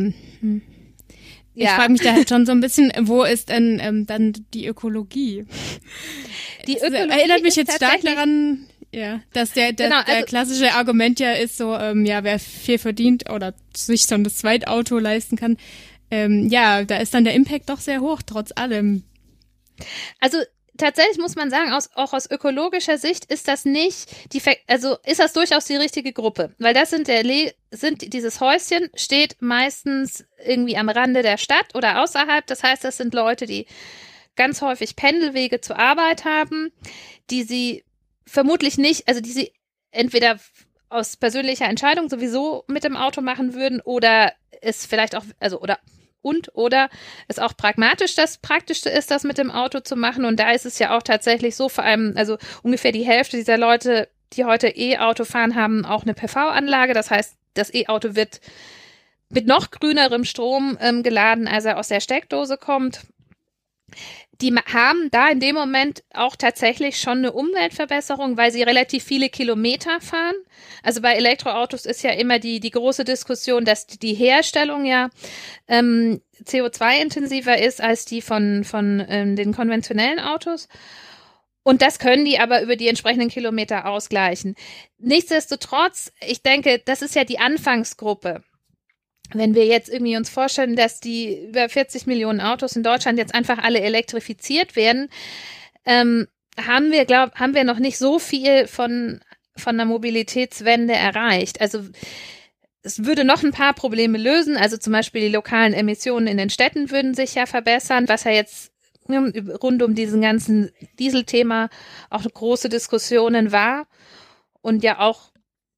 Hm. Ich Ja. frage mich da halt schon so ein bisschen, wo ist denn ähm, dann die Ökologie? Die Es Ökologie erinnert mich ist jetzt stark tatsächlich- daran, ja, dass der, der, Genau, der also- klassische Argument ja ist so, ähm, ja, wer viel verdient oder sich so ein Zweitauto leisten kann, ähm, ja, da ist dann der Impact doch sehr hoch, trotz allem. Also tatsächlich muss man sagen, aus, auch aus ökologischer Sicht ist das nicht die, Ver- also ist das durchaus die richtige Gruppe, weil das sind der Le sind dieses Häuschen steht meistens irgendwie am Rande der Stadt oder außerhalb. Das heißt, das sind Leute, die ganz häufig Pendelwege zur Arbeit haben, die sie vermutlich nicht, also die sie entweder aus persönlicher Entscheidung sowieso mit dem Auto machen würden oder es vielleicht auch, also oder und oder es auch pragmatisch das Praktischste ist, das mit dem Auto zu machen. Und da ist es ja auch tatsächlich so, vor allem, also ungefähr die Hälfte dieser Leute, die heute E-Auto fahren, haben auch eine P V-Anlage. Das heißt, das E-Auto wird mit noch grünerem Strom ähm, geladen, als er aus der Steckdose kommt. Die ma- haben da in dem Moment auch tatsächlich schon eine Umweltverbesserung, weil sie relativ viele Kilometer fahren. Also bei Elektroautos ist ja immer die, die große Diskussion, dass die Herstellung ja ähm, C O zwei intensiver ist als die von, von ähm, den konventionellen Autos. Und das können die aber über die entsprechenden Kilometer ausgleichen. Nichtsdestotrotz, ich denke, das ist ja die Anfangsgruppe. Wenn wir jetzt irgendwie uns vorstellen, dass die über vierzig Millionen Autos in Deutschland jetzt einfach alle elektrifiziert werden, ähm, haben wir, glaub, haben wir noch nicht so viel von, von der Mobilitätswende erreicht. Also, es würde noch ein paar Probleme lösen. Also zum Beispiel die lokalen Emissionen in den Städten würden sich ja verbessern, was ja jetzt rund um diesen ganzen Dieselthema auch große Diskussionen war und ja auch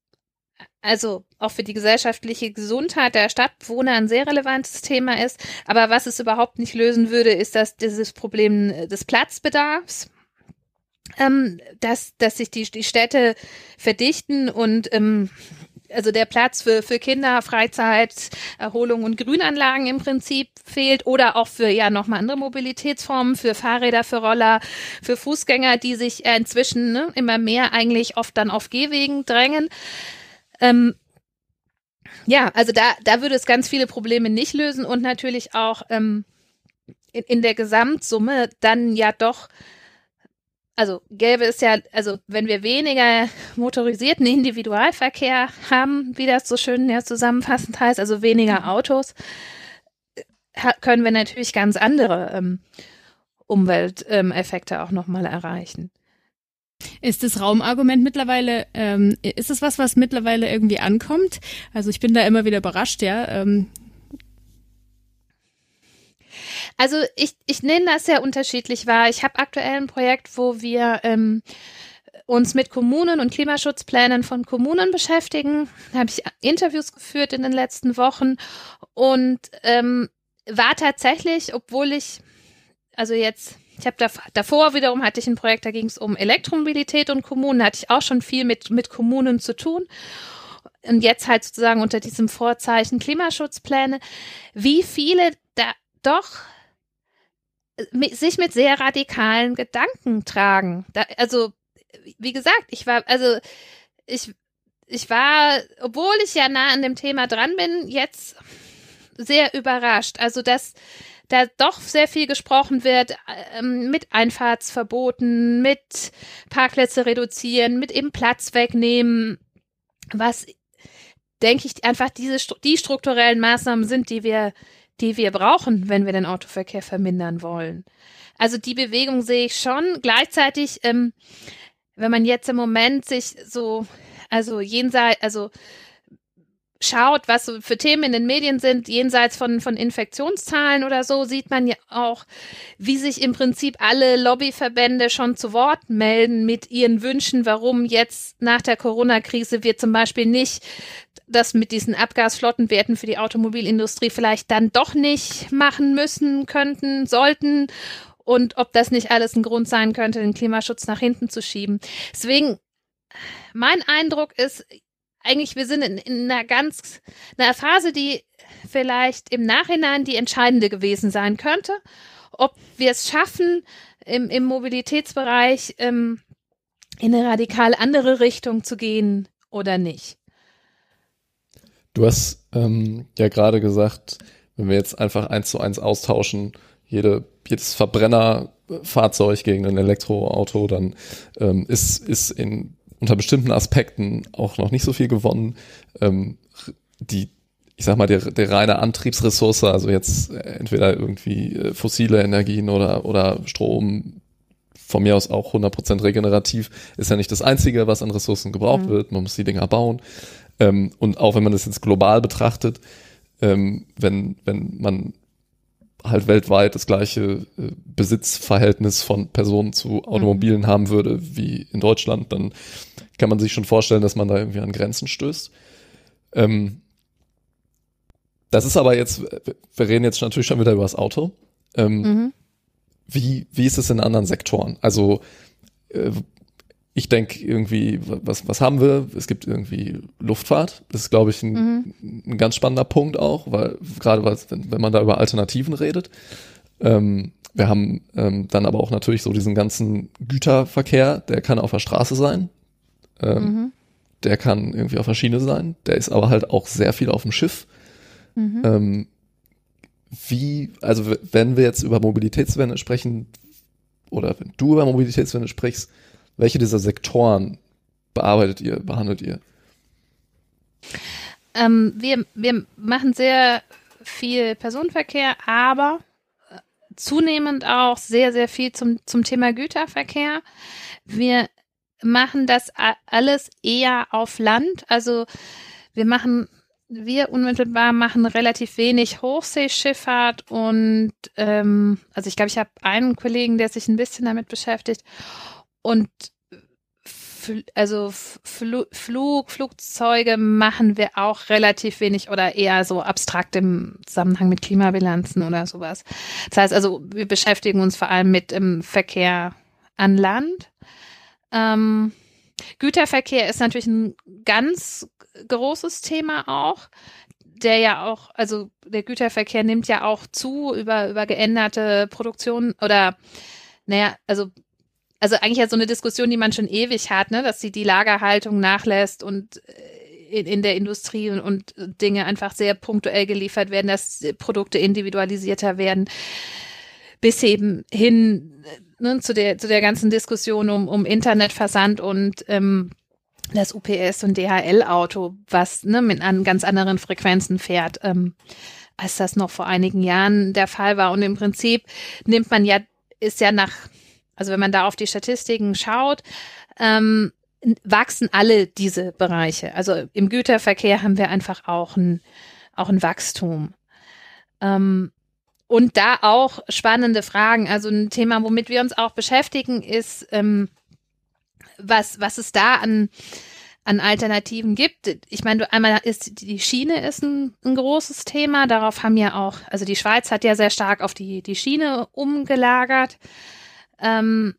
also auch für die gesellschaftliche Gesundheit der Stadtbewohner ein sehr relevantes Thema ist. Aber was es überhaupt nicht lösen würde, ist dass dieses Problem des Platzbedarfs, ähm, dass, dass sich die, die Städte verdichten und ähm, also der Platz für, für Kinder, Freizeit, Erholung und Grünanlagen im Prinzip fehlt oder auch für ja nochmal andere Mobilitätsformen, für Fahrräder, für Roller, für Fußgänger, die sich äh, inzwischen ne, immer mehr eigentlich oft dann auf Gehwegen drängen. Ähm, ja, also da, da würde es ganz viele Probleme nicht lösen und natürlich auch ähm, in, in der Gesamtsumme dann ja doch, also gäbe es ja, also wenn wir weniger motorisierten Individualverkehr haben, wie das so schön ja zusammenfassend heißt, also weniger Autos, ha, können wir natürlich ganz andere ähm, Umwelteffekte ähm, auch nochmal erreichen. Ist das Raumargument mittlerweile, ähm, ist es was, was mittlerweile irgendwie ankommt? Also ich bin da immer wieder überrascht, ja. Ähm. Also ich, ich nehme das sehr unterschiedlich wahr. Ich habe aktuell ein Projekt, wo wir ähm, uns mit Kommunen und Klimaschutzplänen von Kommunen beschäftigen. Da habe ich Interviews geführt in den letzten Wochen und ähm, war tatsächlich, obwohl ich, also jetzt Ich habe da, davor wiederum hatte ich ein Projekt, da ging es um Elektromobilität und Kommunen, da hatte ich auch schon viel mit, mit Kommunen zu tun. Und jetzt halt sozusagen unter diesem Vorzeichen Klimaschutzpläne, wie viele da doch mit, sich mit sehr radikalen Gedanken tragen. Da, also, wie gesagt, ich war, also ich, ich war, obwohl ich ja nah an dem Thema dran bin, jetzt sehr überrascht. Also, dass da doch sehr viel gesprochen wird ähm, mit Einfahrtsverboten, mit Parkplätze reduzieren, mit eben Platz wegnehmen, was, denke ich, einfach diese die strukturellen Maßnahmen sind, die wir, die wir brauchen, wenn wir den Autoverkehr vermindern wollen. Also die Bewegung sehe ich schon. Gleichzeitig, ähm, wenn man jetzt im Moment sich so, also jenseits, also schaut, was so für Themen in den Medien sind, jenseits von, von Infektionszahlen oder so, sieht man ja auch, wie sich im Prinzip alle Lobbyverbände schon zu Wort melden mit ihren Wünschen, warum jetzt nach der Corona-Krise wir zum Beispiel nicht das mit diesen Abgasflottenwerten für die Automobilindustrie vielleicht dann doch nicht machen müssen, könnten, sollten und ob das nicht alles ein Grund sein könnte, den Klimaschutz nach hinten zu schieben. Deswegen, mein Eindruck ist, eigentlich, wir sind in, in einer ganz, einer Phase, die vielleicht im Nachhinein die entscheidende gewesen sein könnte. Ob wir es schaffen, im, im Mobilitätsbereich ähm, in eine radikal andere Richtung zu gehen oder nicht. Du hast ähm, ja gerade gesagt, Wenn wir jetzt einfach eins zu eins austauschen, jede, jedes Verbrennerfahrzeug gegen ein Elektroauto, dann ähm, ist, ist in unter bestimmten Aspekten auch noch nicht so viel gewonnen. Ähm, die, ich sag mal, der, der reine Antriebsressource, also jetzt entweder irgendwie fossile Energien oder, oder Strom, von mir aus auch hundert Prozent regenerativ, ist ja nicht das Einzige, was an Ressourcen gebraucht mhm. wird. Man muss die Dinger bauen. Ähm, und auch wenn man das jetzt global betrachtet, ähm, wenn, wenn man halt weltweit das gleiche äh, Besitzverhältnis von Personen zu Automobilen mhm. haben würde wie in Deutschland, dann kann man sich schon vorstellen, dass man da irgendwie an Grenzen stößt. Ähm, das ist aber jetzt, wir reden jetzt natürlich schon wieder über das Auto. Ähm, mhm. wie, wie ist es in anderen Sektoren? Also äh, ich denke irgendwie, was, was haben wir? Es gibt irgendwie Luftfahrt. Das ist, glaube ich, ein, mhm. ein ganz spannender Punkt auch, weil gerade was, wenn, wenn man da über Alternativen redet. Ähm, wir haben ähm, dann aber auch natürlich so diesen ganzen Güterverkehr, der kann auf der Straße sein. Ähm, mhm. Der kann irgendwie auf der Schiene sein. Der ist aber halt auch sehr viel auf dem Schiff. Mhm. Ähm, wie, also wenn wir jetzt über Mobilitätswende sprechen, oder wenn du über Mobilitätswende sprichst, welche dieser Sektoren bearbeitet ihr, behandelt ihr? Ähm, wir, wir machen sehr viel Personenverkehr, aber zunehmend auch sehr, sehr viel zum, zum Thema Güterverkehr. Wir machen das alles eher auf Land. Also wir machen, wir unmittelbar machen relativ wenig Hochseeschifffahrt und ähm, also ich glaube, ich habe einen Kollegen, der sich ein bisschen damit beschäftigt. Und fl- also Fl- Flug, Flugzeuge machen wir auch relativ wenig oder eher so abstrakt im Zusammenhang mit Klimabilanzen oder sowas. Das heißt also, wir beschäftigen uns vor allem mit dem Verkehr an Land. Ähm, Güterverkehr ist natürlich ein ganz großes Thema auch, der ja auch, also der Güterverkehr nimmt ja auch zu über, über geänderte Produktion oder, naja, also Also eigentlich ja so eine Diskussion, die man schon ewig hat, ne, dass sie die Lagerhaltung nachlässt und in, in der Industrie und, und Dinge einfach sehr punktuell geliefert werden, dass Produkte individualisierter werden, bis eben hin ne, zu der zu der ganzen Diskussion um, um Internetversand und ähm, das U P S und D H L-Auto, was ne, mit an ganz anderen Frequenzen fährt, ähm, als das noch vor einigen Jahren der Fall war. Und im Prinzip nimmt man ja, ist ja nach Also wenn man da auf die Statistiken schaut, ähm, wachsen alle diese Bereiche. Also im Güterverkehr haben wir einfach auch ein, auch ein Wachstum. Ähm, und da auch spannende Fragen. Also ein Thema, womit wir uns auch beschäftigen, ist, ähm, was, was es da an, an Alternativen gibt. Ich meine, einmal ist die Schiene ist ein, ein großes Thema. Darauf haben ja auch, also die Schweiz hat ja sehr stark auf die, die Schiene umgelagert. Ähm,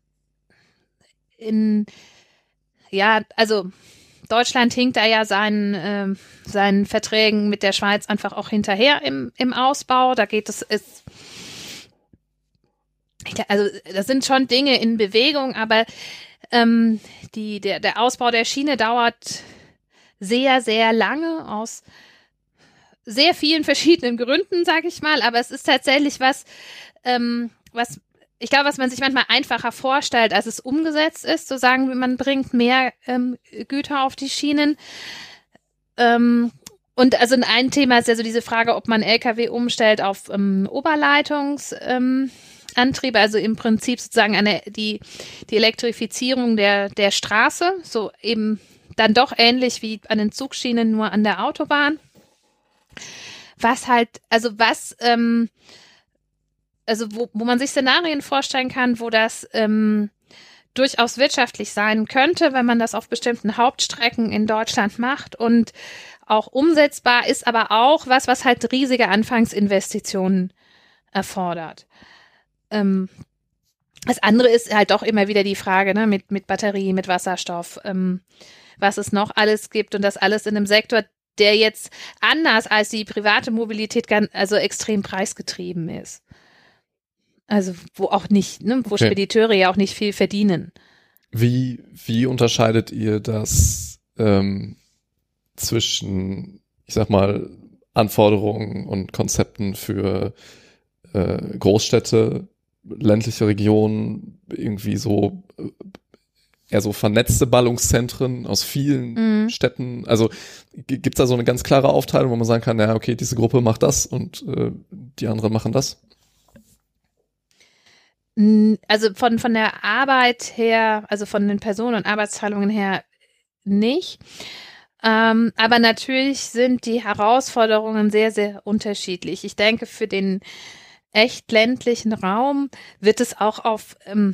in, ja, also Deutschland hinkt da ja seinen, äh, seinen Verträgen mit der Schweiz einfach auch hinterher im, im Ausbau. Da geht es, ist, also das sind schon Dinge in Bewegung, aber ähm, die, der, der Ausbau der Schiene dauert sehr, sehr lange aus sehr vielen verschiedenen Gründen, sage ich mal. Aber es ist tatsächlich was, ähm, was Ich glaube, was man sich manchmal einfacher vorstellt, als es umgesetzt ist, so sagen wir, man bringt mehr ähm, Güter auf die Schienen. Ähm, und also ein Thema ist ja so diese Frage, ob man L K W umstellt auf ähm, Oberleitungsantriebe, ähm, also im Prinzip sozusagen eine, die, die Elektrifizierung der, der Straße, so eben dann doch ähnlich wie an den Zugschienen, nur an der Autobahn. Was halt, also was, ähm, also wo, wo man sich Szenarien vorstellen kann, wo das ähm, durchaus wirtschaftlich sein könnte, wenn man das auf bestimmten Hauptstrecken in Deutschland macht und auch umsetzbar ist, aber auch was, was halt riesige Anfangsinvestitionen erfordert. Ähm, das andere ist halt doch immer wieder die Frage, ne, mit, mit Batterie, mit Wasserstoff, ähm, was es noch alles gibt und das alles in einem Sektor, der jetzt anders als die private Mobilität ganz, also extrem preisgetrieben ist. Also wo auch nicht, ne, wo okay. Spediteure ja auch nicht viel verdienen. Wie, wie unterscheidet ihr das ähm, zwischen, ich sag mal, Anforderungen und Konzepten für äh, Großstädte, ländliche Regionen, irgendwie so äh, eher so vernetzte Ballungszentren aus vielen mhm. Städten. Also g- gibt's da so eine ganz klare Aufteilung, wo man sagen kann, ja, okay, diese Gruppe macht das und äh, die anderen machen das? Also von, von der Arbeit her, also von den Personen- und Arbeitsteilungen her nicht. Ähm, aber natürlich sind die Herausforderungen sehr, sehr unterschiedlich. Ich denke, für den echt ländlichen Raum wird es auch auf ähm,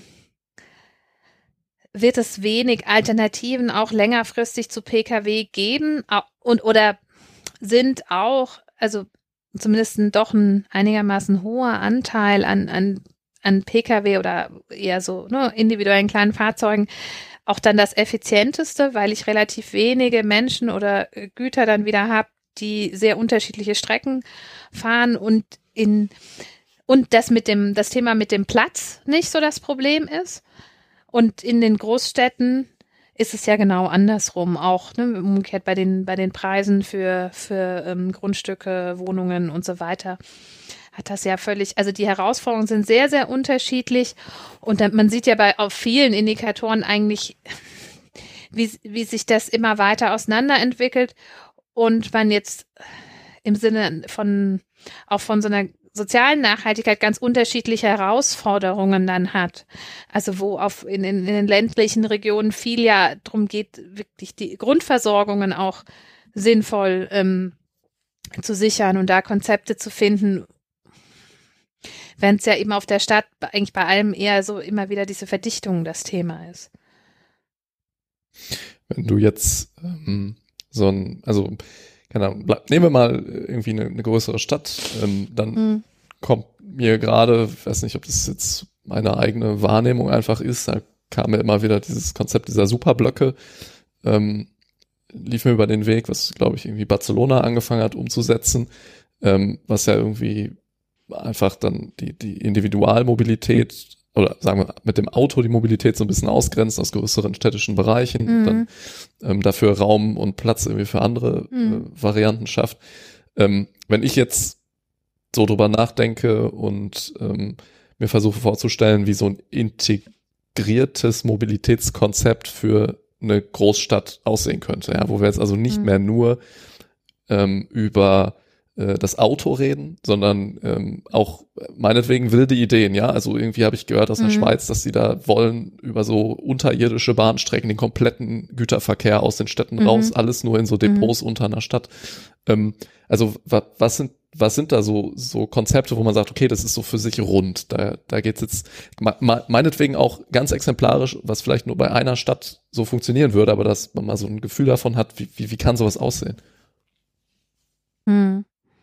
wird es wenig Alternativen auch längerfristig zu Pkw geben und oder sind auch, also zumindest doch ein einigermaßen hoher Anteil an, an, an Pkw oder eher so ne, individuellen kleinen Fahrzeugen auch dann das effizienteste, weil ich relativ wenige Menschen oder Güter dann wieder habe, die sehr unterschiedliche Strecken fahren und in und das mit dem das Thema mit dem Platz nicht so das Problem ist. Und in den Großstädten ist es ja genau andersrum auch, ne, umgekehrt bei den bei den Preisen für für ähm, Grundstücke, Wohnungen und so weiter hat das ja völlig, also die Herausforderungen sind sehr, sehr unterschiedlich und dann, man sieht ja bei auf vielen Indikatoren eigentlich, wie, wie sich das immer weiter auseinanderentwickelt und man jetzt im Sinne von, auch von so einer sozialen Nachhaltigkeit ganz unterschiedliche Herausforderungen dann hat. Also wo auf in, in, in den ländlichen Regionen viel ja darum geht, wirklich die Grundversorgungen auch sinnvoll ähm, zu sichern und da Konzepte zu finden, wenn es ja eben auf der Stadt eigentlich bei allem eher so immer wieder diese Verdichtung das Thema ist. Wenn du jetzt ähm, so ein, also keine Ahnung, bleib, nehmen wir mal irgendwie eine, eine größere Stadt, ähm, dann mhm. kommt mir gerade, ich weiß nicht, ob das jetzt meine eigene Wahrnehmung einfach ist, da kam mir immer wieder dieses Konzept dieser Superblöcke, ähm, lief mir über den Weg, was glaube ich irgendwie Barcelona angefangen hat umzusetzen, ähm, was ja irgendwie einfach dann die, die Individualmobilität oder sagen wir mit dem Auto die Mobilität so ein bisschen ausgrenzt aus größeren städtischen Bereichen, mhm. dann ähm, dafür Raum und Platz irgendwie für andere mhm. äh, Varianten schafft. Ähm, wenn ich jetzt so drüber nachdenke und ähm, mir versuche vorzustellen, wie so ein integriertes Mobilitätskonzept für eine Großstadt aussehen könnte, ja, wo wir jetzt also nicht mhm. mehr nur ähm, über das Auto reden, sondern ähm, auch meinetwegen wilde Ideen, ja, also irgendwie habe ich gehört aus der mhm. Schweiz, dass sie da wollen über so unterirdische Bahnstrecken den kompletten Güterverkehr aus den Städten mhm. raus, alles nur in so Depots mhm. unter einer Stadt. Ähm, also wa, was sind was sind da so so Konzepte, wo man sagt, okay, das ist so für sich rund, da da geht's jetzt ma, meinetwegen auch ganz exemplarisch, was vielleicht nur bei einer Stadt so funktionieren würde, aber dass man mal so ein Gefühl davon hat, wie wie, wie kann sowas aussehen? Mhm.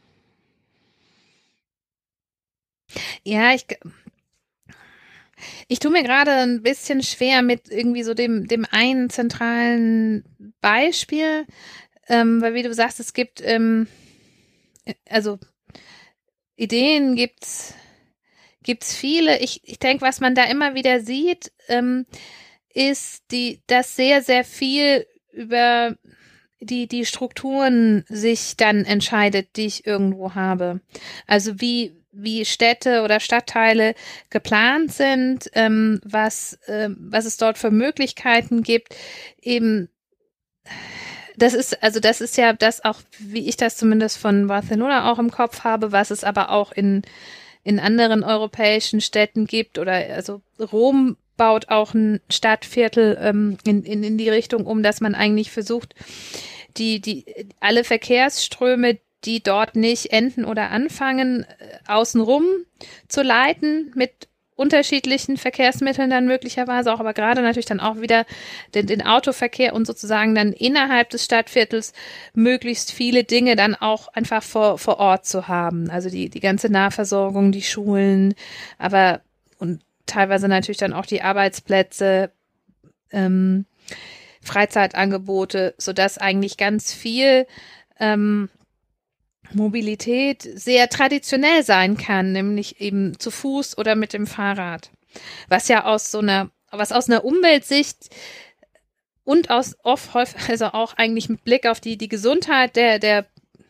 Ja, ich, ich tue mir gerade ein bisschen schwer mit irgendwie so dem, dem einen zentralen Beispiel, ähm, weil wie du sagst, es gibt, ähm, also Ideen gibt's, gibt's viele. Ich, ich denke, was man da immer wieder sieht, ähm, ist die, dass sehr, sehr viel über die, die Strukturen sich dann entscheidet, die ich irgendwo habe. Also wie, wie Städte oder Stadtteile geplant sind, ähm, was, ähm, was es dort für Möglichkeiten gibt, eben, das ist, also das ist ja das auch, wie ich das zumindest von Barcelona auch im Kopf habe, was es aber auch in, in anderen europäischen Städten gibt oder, also Rom baut auch ein Stadtviertel ähm, in, in, in die Richtung um, dass man eigentlich versucht, die, die, alle Verkehrsströme, die dort nicht enden oder anfangen, außenrum zu leiten mit unterschiedlichen Verkehrsmitteln dann möglicherweise auch, aber gerade natürlich dann auch wieder den, den Autoverkehr und sozusagen dann innerhalb des Stadtviertels möglichst viele Dinge dann auch einfach vor, vor Ort zu haben. Also die, die ganze Nahversorgung, die Schulen, aber und teilweise natürlich dann auch die Arbeitsplätze, ähm, Freizeitangebote, sodass eigentlich ganz viel ähm, Mobilität sehr traditionell sein kann, nämlich eben zu Fuß oder mit dem Fahrrad. Was ja aus so einer, was aus einer Umweltsicht und aus oft häufig, also auch eigentlich mit Blick auf die, die Gesundheit der, der,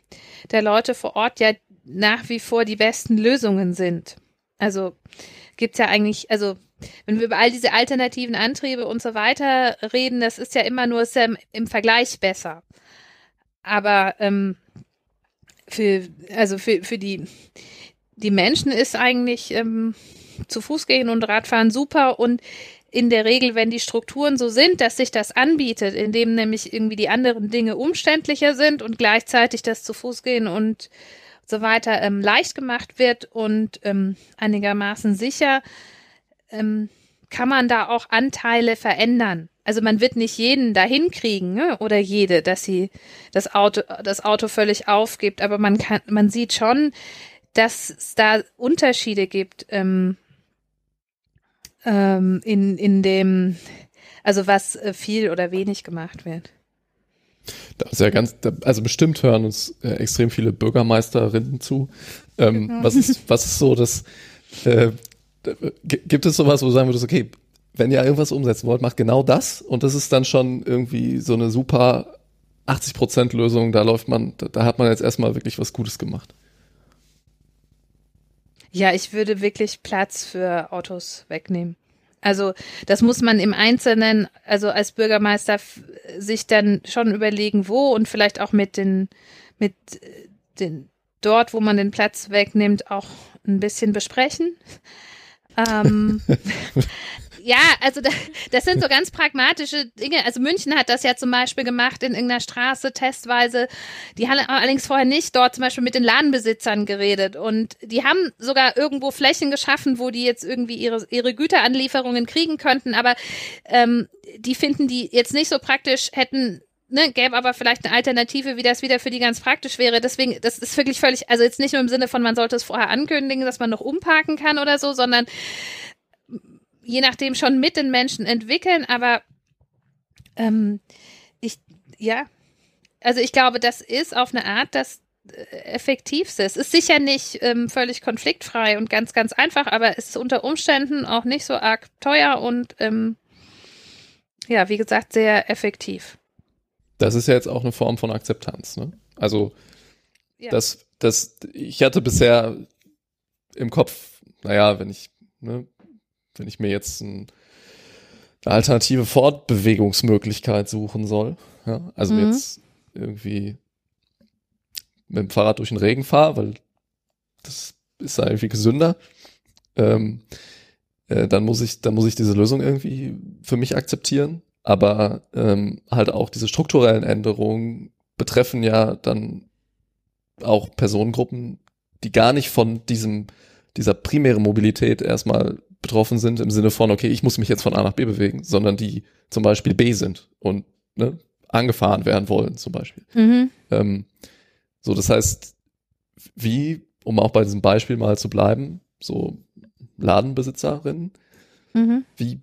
der Leute vor Ort ja nach wie vor die besten Lösungen sind. Also gibt's ja eigentlich, also wenn wir über all diese alternativen Antriebe und so weiter reden, das ist ja immer nur ist ja im, im Vergleich besser. Aber ähm, für, also für, für die, die Menschen ist eigentlich ähm, zu Fuß gehen und Radfahren super und in der Regel, wenn die Strukturen so sind, dass sich das anbietet, indem nämlich irgendwie die anderen Dinge umständlicher sind und gleichzeitig das zu Fuß gehen und so weiter ähm, leicht gemacht wird und ähm, einigermaßen sicher, ähm, kann man da auch Anteile verändern. Also man wird nicht jeden dahin kriegen, ne? Oder jede, dass sie das Auto, das Auto völlig aufgibt, aber man kann, man sieht schon, dass es da Unterschiede gibt, ähm, ähm, in, in dem, also was äh, viel oder wenig gemacht wird. Da ist ja ganz, also bestimmt hören uns äh, extrem viele Bürgermeisterinnen zu. Ähm, mhm. Was ist, was ist so das, äh, gibt es sowas, wo du sagen würdest, okay, wenn ihr irgendwas umsetzen wollt, macht genau das und das ist dann schon irgendwie so eine super achtzig Prozent Lösung, da läuft man, da, da hat man jetzt erstmal wirklich was Gutes gemacht. Ja, ich würde wirklich Platz für Autos wegnehmen. Also das muss man im Einzelnen, also als Bürgermeister f- sich dann schon überlegen, wo und vielleicht auch mit den, mit den dort, wo man den Platz wegnimmt, auch ein bisschen besprechen. Ähm, ja, also da, das sind so ganz pragmatische Dinge. Also München hat das ja zum Beispiel gemacht in irgendeiner Straße testweise. Die haben allerdings vorher nicht dort zum Beispiel mit den Ladenbesitzern geredet und die haben sogar irgendwo Flächen geschaffen, wo die jetzt irgendwie ihre ihre Güteranlieferungen kriegen könnten, aber ähm, die finden die jetzt nicht so praktisch, hätten Ne, gäbe aber vielleicht eine Alternative, wie das wieder für die ganz praktisch wäre. Deswegen, das ist wirklich völlig, also jetzt nicht nur im Sinne von, man sollte es vorher ankündigen, dass man noch umparken kann oder so, sondern je nachdem schon mit den Menschen entwickeln. Aber ähm, ich, ja, also ich glaube, das ist auf eine Art das äh, Effektivste. Es ist sicher nicht ähm, völlig konfliktfrei und ganz, ganz einfach, aber es ist unter Umständen auch nicht so arg teuer und ähm, ja, wie gesagt, sehr effektiv. Das ist ja jetzt auch eine Form von Akzeptanz, ne? Also ja. das, das, ich hatte bisher im Kopf, naja, wenn ich, ne, wenn ich mir jetzt ein, eine alternative Fortbewegungsmöglichkeit suchen soll, ja, also mhm. jetzt irgendwie mit dem Fahrrad durch den Regen fahre, weil das ist da irgendwie gesünder, ähm, äh, dann muss ich, dann muss ich diese Lösung irgendwie für mich akzeptieren. Aber ähm, halt auch diese strukturellen Änderungen betreffen ja dann auch Personengruppen, die gar nicht von diesem dieser primären Mobilität erstmal betroffen sind, im Sinne von, okay, ich muss mich jetzt von A nach B bewegen, sondern die zum Beispiel B sind und ne, angefahren werden wollen zum Beispiel. Mhm. Ähm, so, das heißt, wie, um auch bei diesem Beispiel mal zu bleiben, so Ladenbesitzerinnen, mhm. wie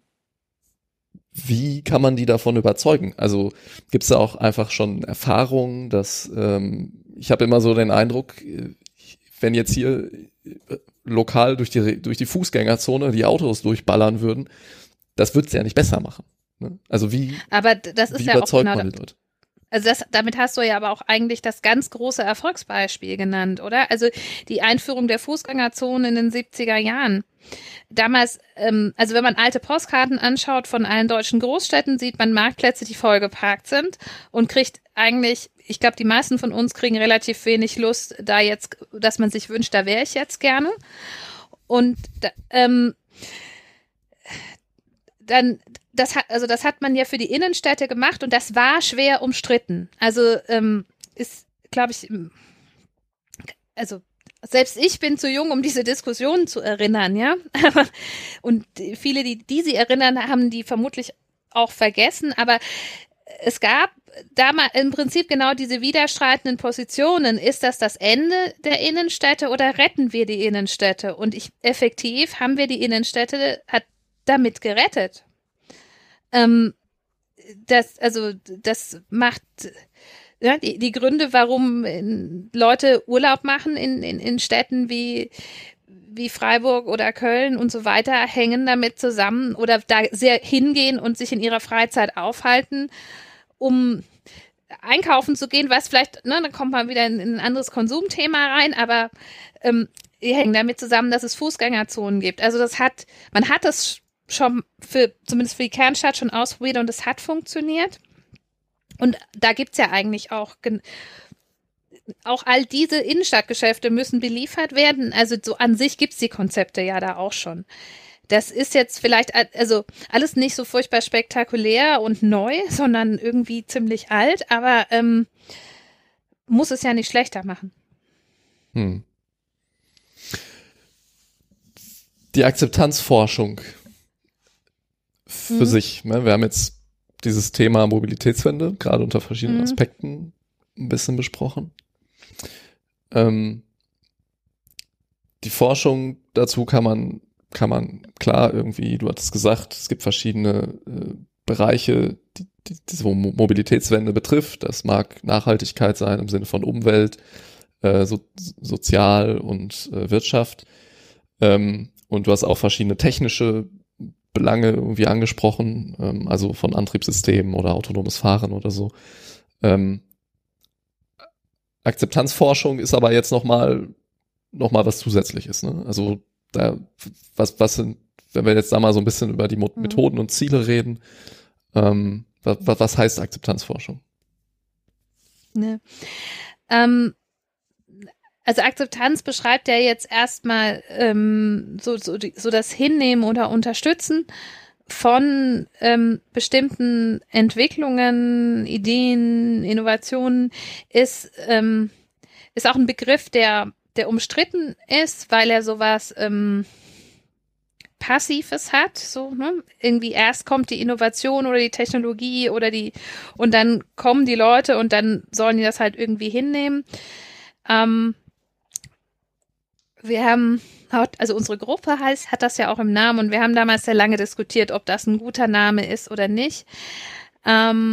Wie kann man die davon überzeugen? Also gibt es da auch einfach schon Erfahrungen, dass ähm, ich habe immer so den Eindruck, wenn jetzt hier lokal durch die durch die Fußgängerzone die Autos durchballern würden, das würde es ja nicht besser machen. Ne? Also wie, aber das ist wie ja überzeugt auch genau man die Leute? Also das, damit hast du ja aber auch eigentlich das ganz große Erfolgsbeispiel genannt, oder? Also die Einführung der Fußgängerzone in den siebziger Jahren. Damals, ähm, also wenn man alte Postkarten anschaut von allen deutschen Großstädten, sieht man Marktplätze, die vollgeparkt sind und kriegt eigentlich, ich glaube, die meisten von uns kriegen relativ wenig Lust, da jetzt, dass man sich wünscht, da wäre ich jetzt gerne. Und ähm, dann Das hat, also das hat man ja für die Innenstädte gemacht und das war schwer umstritten. Also ähm, ist, glaube ich, also selbst ich bin zu jung, um diese Diskussionen zu erinnern, ja. Und viele, die, die sie erinnern, haben die vermutlich auch vergessen. Aber es gab damals im Prinzip genau diese widerstreitenden Positionen. Ist das das Ende der Innenstädte oder retten wir die Innenstädte? Und ich effektiv haben wir die Innenstädte hat damit gerettet. Ähm, das, also, das macht, ja, die, die Gründe, warum Leute Urlaub machen in, in, in Städten wie, wie Freiburg oder Köln und so weiter, hängen damit zusammen oder da sehr hingehen und sich in ihrer Freizeit aufhalten, um, einkaufen zu gehen, was vielleicht, ne, dann kommt man wieder in, in ein anderes Konsumthema rein, aber ähm, die hängen damit zusammen, dass es Fußgängerzonen gibt. Also das hat, man hat das schon für, zumindest für die Kernstadt schon ausprobiert und es hat funktioniert. Und da gibt's ja eigentlich auch, auch all diese Innenstadtgeschäfte müssen beliefert werden. Also so an sich gibt's die Konzepte ja da auch schon. Das ist jetzt vielleicht, also alles nicht so furchtbar spektakulär und neu, sondern irgendwie ziemlich alt, aber ähm, muss es ja nicht schlechter machen. Hm. Die Akzeptanzforschung für mhm. sich. Ne? Wir haben jetzt dieses Thema Mobilitätswende gerade unter verschiedenen mhm. Aspekten ein bisschen besprochen. Ähm, die Forschung dazu kann man kann man klar irgendwie, du hattest gesagt, es gibt verschiedene äh, Bereiche, die, die diese Mobilitätswende betrifft. Das mag Nachhaltigkeit sein im Sinne von Umwelt, äh, so, Sozial und äh, Wirtschaft. Ähm, und du hast auch verschiedene technische Belange irgendwie angesprochen, ähm, also von Antriebssystemen oder autonomes Fahren oder so. Ähm, Akzeptanzforschung ist aber jetzt nochmal noch mal was Zusätzliches, ne? Also da, was, was sind, wenn wir jetzt da mal so ein bisschen über die Mo- mhm. Methoden und Ziele reden, ähm, was, was heißt Akzeptanzforschung? Ne. Ähm, also Akzeptanz beschreibt ja jetzt erstmal ähm, so, so, die, so das Hinnehmen oder Unterstützen von ähm, bestimmten Entwicklungen, Ideen, Innovationen, ist, ähm, ist auch ein Begriff, der der umstritten ist, weil er sowas ähm, Passives hat, so, ne? Irgendwie erst kommt die Innovation oder die Technologie oder die, und dann kommen die Leute und dann sollen die das halt irgendwie hinnehmen. Ähm, wir haben, also unsere Gruppe heißt, hat das ja auch im Namen und wir haben damals sehr lange diskutiert, ob das ein guter Name ist oder nicht. Ähm,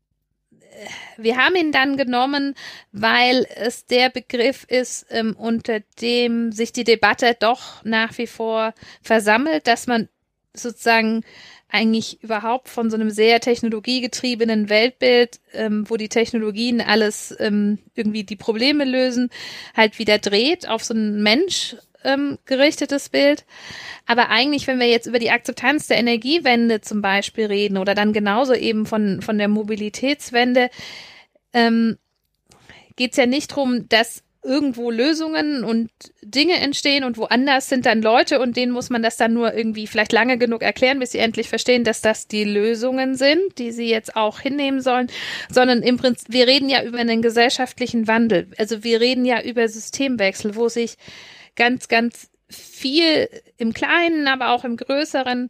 Wir haben ihn dann genommen, weil es der Begriff ist, ähm, unter dem sich die Debatte doch nach wie vor versammelt, dass man sozusagen eigentlich überhaupt von so einem sehr technologiegetriebenen Weltbild, ähm, wo die Technologien alles ähm, irgendwie die Probleme lösen, halt wieder dreht auf so ein Mensch ähm, gerichtetes Bild. Aber eigentlich, wenn wir jetzt über die Akzeptanz der Energiewende zum Beispiel reden oder dann genauso eben von, von der Mobilitätswende, ähm, geht es ja nicht darum, dass irgendwo Lösungen und Dinge entstehen und woanders sind dann Leute und denen muss man das dann nur irgendwie vielleicht lange genug erklären, bis sie endlich verstehen, dass das die Lösungen sind, die sie jetzt auch hinnehmen sollen, sondern im Prinzip, wir reden ja über einen gesellschaftlichen Wandel. Also wir reden ja über Systemwechsel, wo sich ganz, ganz viel im Kleinen, aber auch im Größeren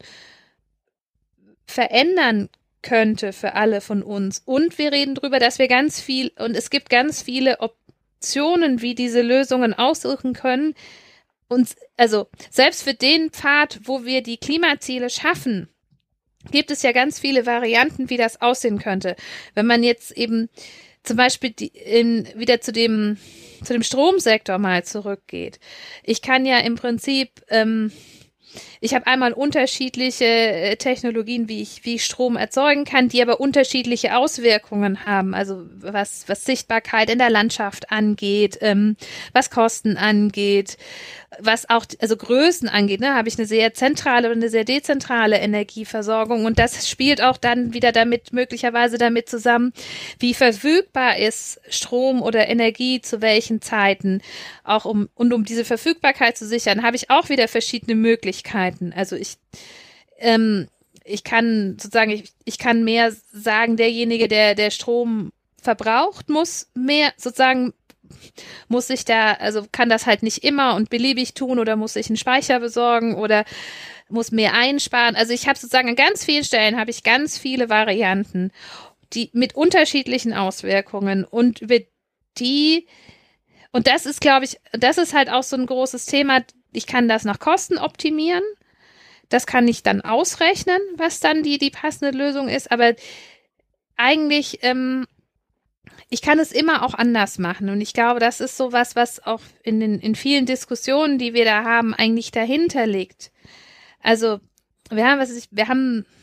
verändern könnte für alle von uns. Und wir reden darüber, dass wir ganz viel, und es gibt ganz viele Optionen, wie diese Lösungen aussuchen können. Und also selbst für den Pfad, wo wir die Klimaziele schaffen, gibt es ja ganz viele Varianten, wie das aussehen könnte. Wenn man jetzt eben zum Beispiel die, in, wieder zu dem zu dem Stromsektor mal zurückgeht. Ich kann ja im Prinzip, ähm, ich habe einmal unterschiedliche äh, Technologien, wie ich, wie ich Strom erzeugen kann, die aber unterschiedliche Auswirkungen haben. Also was, was Sichtbarkeit in der Landschaft angeht, ähm, was Kosten angeht, was auch, also Größen angeht, ne, habe ich eine sehr zentrale und eine sehr dezentrale Energieversorgung. Und das spielt auch dann wieder damit, möglicherweise damit zusammen, wie verfügbar ist Strom oder Energie zu welchen Zeiten. Auch um, und um diese Verfügbarkeit zu sichern, habe ich auch wieder verschiedene Möglichkeiten. Also ich, ähm, ich kann sozusagen, ich, ich kann mehr sagen, derjenige, der, der Strom verbraucht, muss mehr sozusagen muss ich da, also kann das halt nicht immer und beliebig tun oder muss ich einen Speicher besorgen oder muss mehr einsparen. Also ich habe sozusagen an ganz vielen Stellen habe ich ganz viele Varianten, die mit unterschiedlichen Auswirkungen und über die, und das ist, glaube ich, das ist halt auch so ein großes Thema. Ich kann das nach Kosten optimieren. Das kann ich dann ausrechnen, was dann die, die passende Lösung ist. Aber eigentlich, ähm, ich kann es immer auch anders machen. Und ich glaube, das ist sowas, was auch in den, in vielen Diskussionen, die wir da haben, eigentlich dahinter liegt. Also, wir haben, was ich, wir haben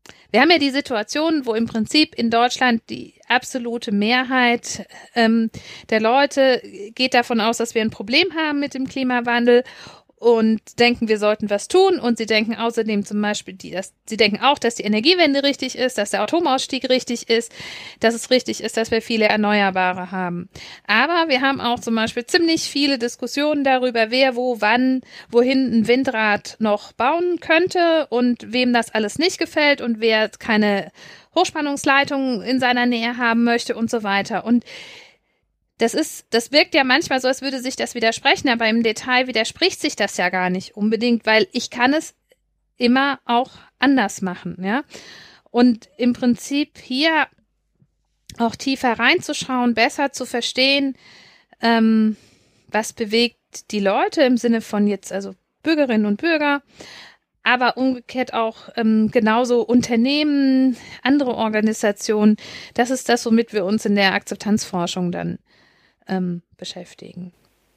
wir haben ja die Situation, wo im Prinzip in Deutschland die absolute Mehrheit ähm, der Leute geht davon aus, dass wir ein Problem haben mit dem Klimawandel und denken, wir sollten was tun. Und sie denken außerdem zum Beispiel, die, dass, sie denken auch, dass die Energiewende richtig ist, dass der Atomausstieg richtig ist, dass es richtig ist, dass wir viele Erneuerbare haben. Aber wir haben auch zum Beispiel ziemlich viele Diskussionen darüber, wer, wo, wann, wohin ein Windrad noch bauen könnte und wem das alles nicht gefällt und wer keine Hochspannungsleitung in seiner Nähe haben möchte und so weiter. Und Das ist, das wirkt ja manchmal so, als würde sich das widersprechen, aber im Detail widerspricht sich das ja gar nicht unbedingt, weil ich kann es immer auch anders machen, ja. Und im Prinzip hier auch tiefer reinzuschauen, besser zu verstehen, ähm, was bewegt die Leute im Sinne von jetzt, also Bürgerinnen und Bürger, aber umgekehrt auch ähm, genauso Unternehmen, andere Organisationen. Das ist das, womit wir uns in der Akzeptanzforschung dann ähm, beschäftigen.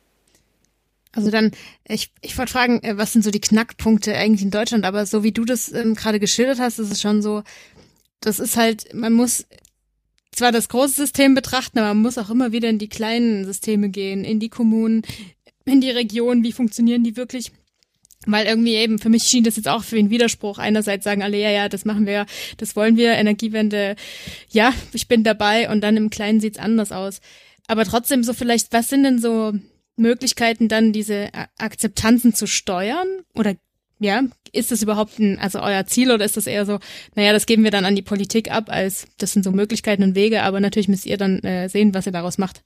Also dann, ich, ich wollte fragen, was sind so die Knackpunkte eigentlich in Deutschland? Aber so wie du das ähm, gerade geschildert hast, ist es schon so, das ist halt, man muss zwar das große System betrachten, aber man muss auch immer wieder in die kleinen Systeme gehen, in die Kommunen, in die Regionen, wie funktionieren die wirklich? Weil irgendwie eben, für mich schien das jetzt auch für einen Widerspruch. Einerseits sagen alle, ja, ja, das machen wir, das wollen wir, Energiewende, ja, ich bin dabei, und dann im Kleinen sieht's anders aus. Aber trotzdem so vielleicht, was sind denn so Möglichkeiten dann, diese Akzeptanzen zu steuern? Oder ja, ist das überhaupt ein, also euer Ziel, oder ist das eher so, naja, das geben wir dann an die Politik ab, als das sind so Möglichkeiten und Wege, aber natürlich müsst ihr dann äh, sehen, was ihr daraus macht.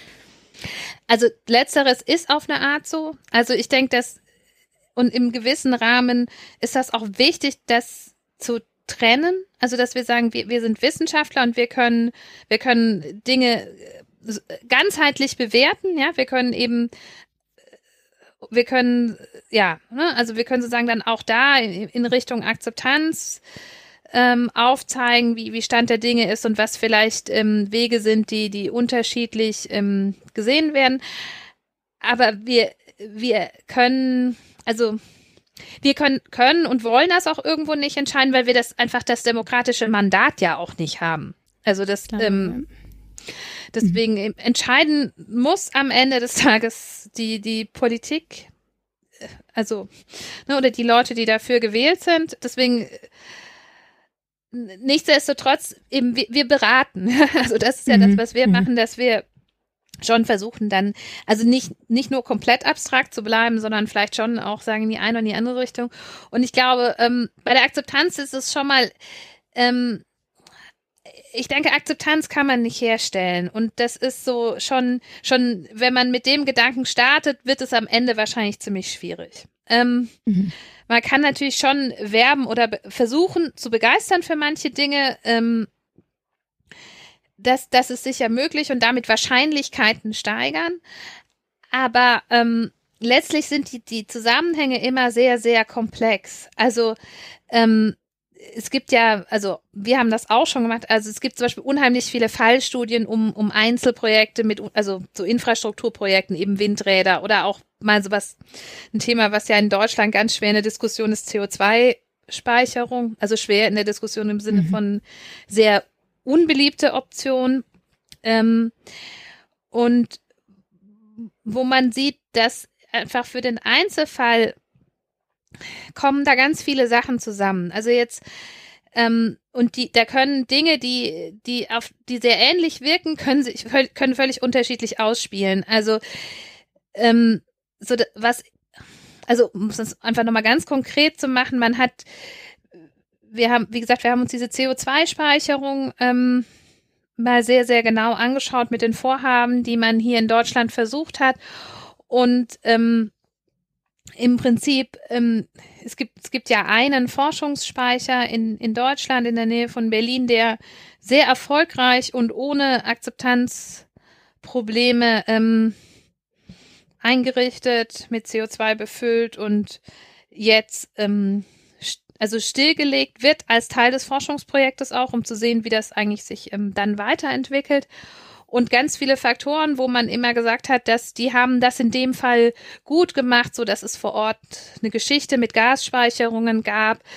Also letzteres ist auf eine Art so. Also ich denke, dass und im gewissen Rahmen ist das auch wichtig, das zu trennen. Also dass wir sagen, wir, wir sind Wissenschaftler und wir können, wir können Dinge ganzheitlich bewerten, ja, wir können eben, wir können, ja, ne, also wir können sozusagen dann auch da in, in Richtung Akzeptanz ähm, aufzeigen, wie, wie Stand der Dinge ist und was vielleicht ähm, Wege sind, die, die unterschiedlich ähm, gesehen werden. Aber wir, wir können, also wir können, können und wollen das auch irgendwo nicht entscheiden, weil wir das einfach das demokratische Mandat ja auch nicht haben. Also das, ähm, deswegen mhm. entscheiden muss am Ende des Tages die, die Politik, also, ne, oder die Leute, die dafür gewählt sind. Deswegen, nichtsdestotrotz, eben, wir, wir beraten. Also das ist ja mhm. das, was wir mhm. machen, dass wir schon versuchen dann, also nicht, nicht nur komplett abstrakt zu bleiben, sondern vielleicht schon auch sagen in die eine oder in die andere Richtung. Und ich glaube, ähm, bei der Akzeptanz ist es schon mal, ähm, ich denke, Akzeptanz kann man nicht herstellen. Und das ist so schon, schon, wenn man mit dem Gedanken startet, wird es am Ende wahrscheinlich ziemlich schwierig. Ähm, mhm. Man kann natürlich schon werben oder be- versuchen zu begeistern für manche Dinge. Ähm, das, das ist sicher möglich und damit Wahrscheinlichkeiten steigern. Aber ähm, letztlich sind die, die Zusammenhänge immer sehr, sehr komplex. Also ähm, es gibt ja, also wir haben das auch schon gemacht, also es gibt zum Beispiel unheimlich viele Fallstudien um, um Einzelprojekte mit, also so Infrastrukturprojekten, eben Windräder oder auch mal sowas, ein Thema, was ja in Deutschland ganz schwer in der Diskussion ist, C O zwei Speicherung, also schwer in der Diskussion im Sinne mhm. von sehr unbeliebte Option. Ähm, und wo man sieht, dass einfach für den Einzelfall kommen da ganz viele Sachen zusammen. Also jetzt, ähm, und die, da können Dinge, die, die auf, die sehr ähnlich wirken, können sich, können völlig unterschiedlich ausspielen. Also, ähm, so, was, also, um es einfach nochmal ganz konkret zu machen, man hat, wir haben, wie gesagt, wir haben uns diese C O zwei Speicherung, ähm, mal sehr, sehr genau angeschaut mit den Vorhaben, die man hier in Deutschland versucht hat. Und, ähm, im Prinzip, ähm, es gibt, es gibt ja einen Forschungsspeicher in, in Deutschland in der Nähe von Berlin, der sehr erfolgreich und ohne Akzeptanzprobleme ähm, eingerichtet, mit C O zwei befüllt und jetzt ähm, st- also stillgelegt wird als Teil des Forschungsprojektes auch, um zu sehen, wie das eigentlich sich ähm, dann weiterentwickelt. Und ganz viele Faktoren, wo man immer gesagt hat, dass die haben das in dem Fall gut gemacht, so dass es vor Ort eine Geschichte mit Gasspeicherungen gab,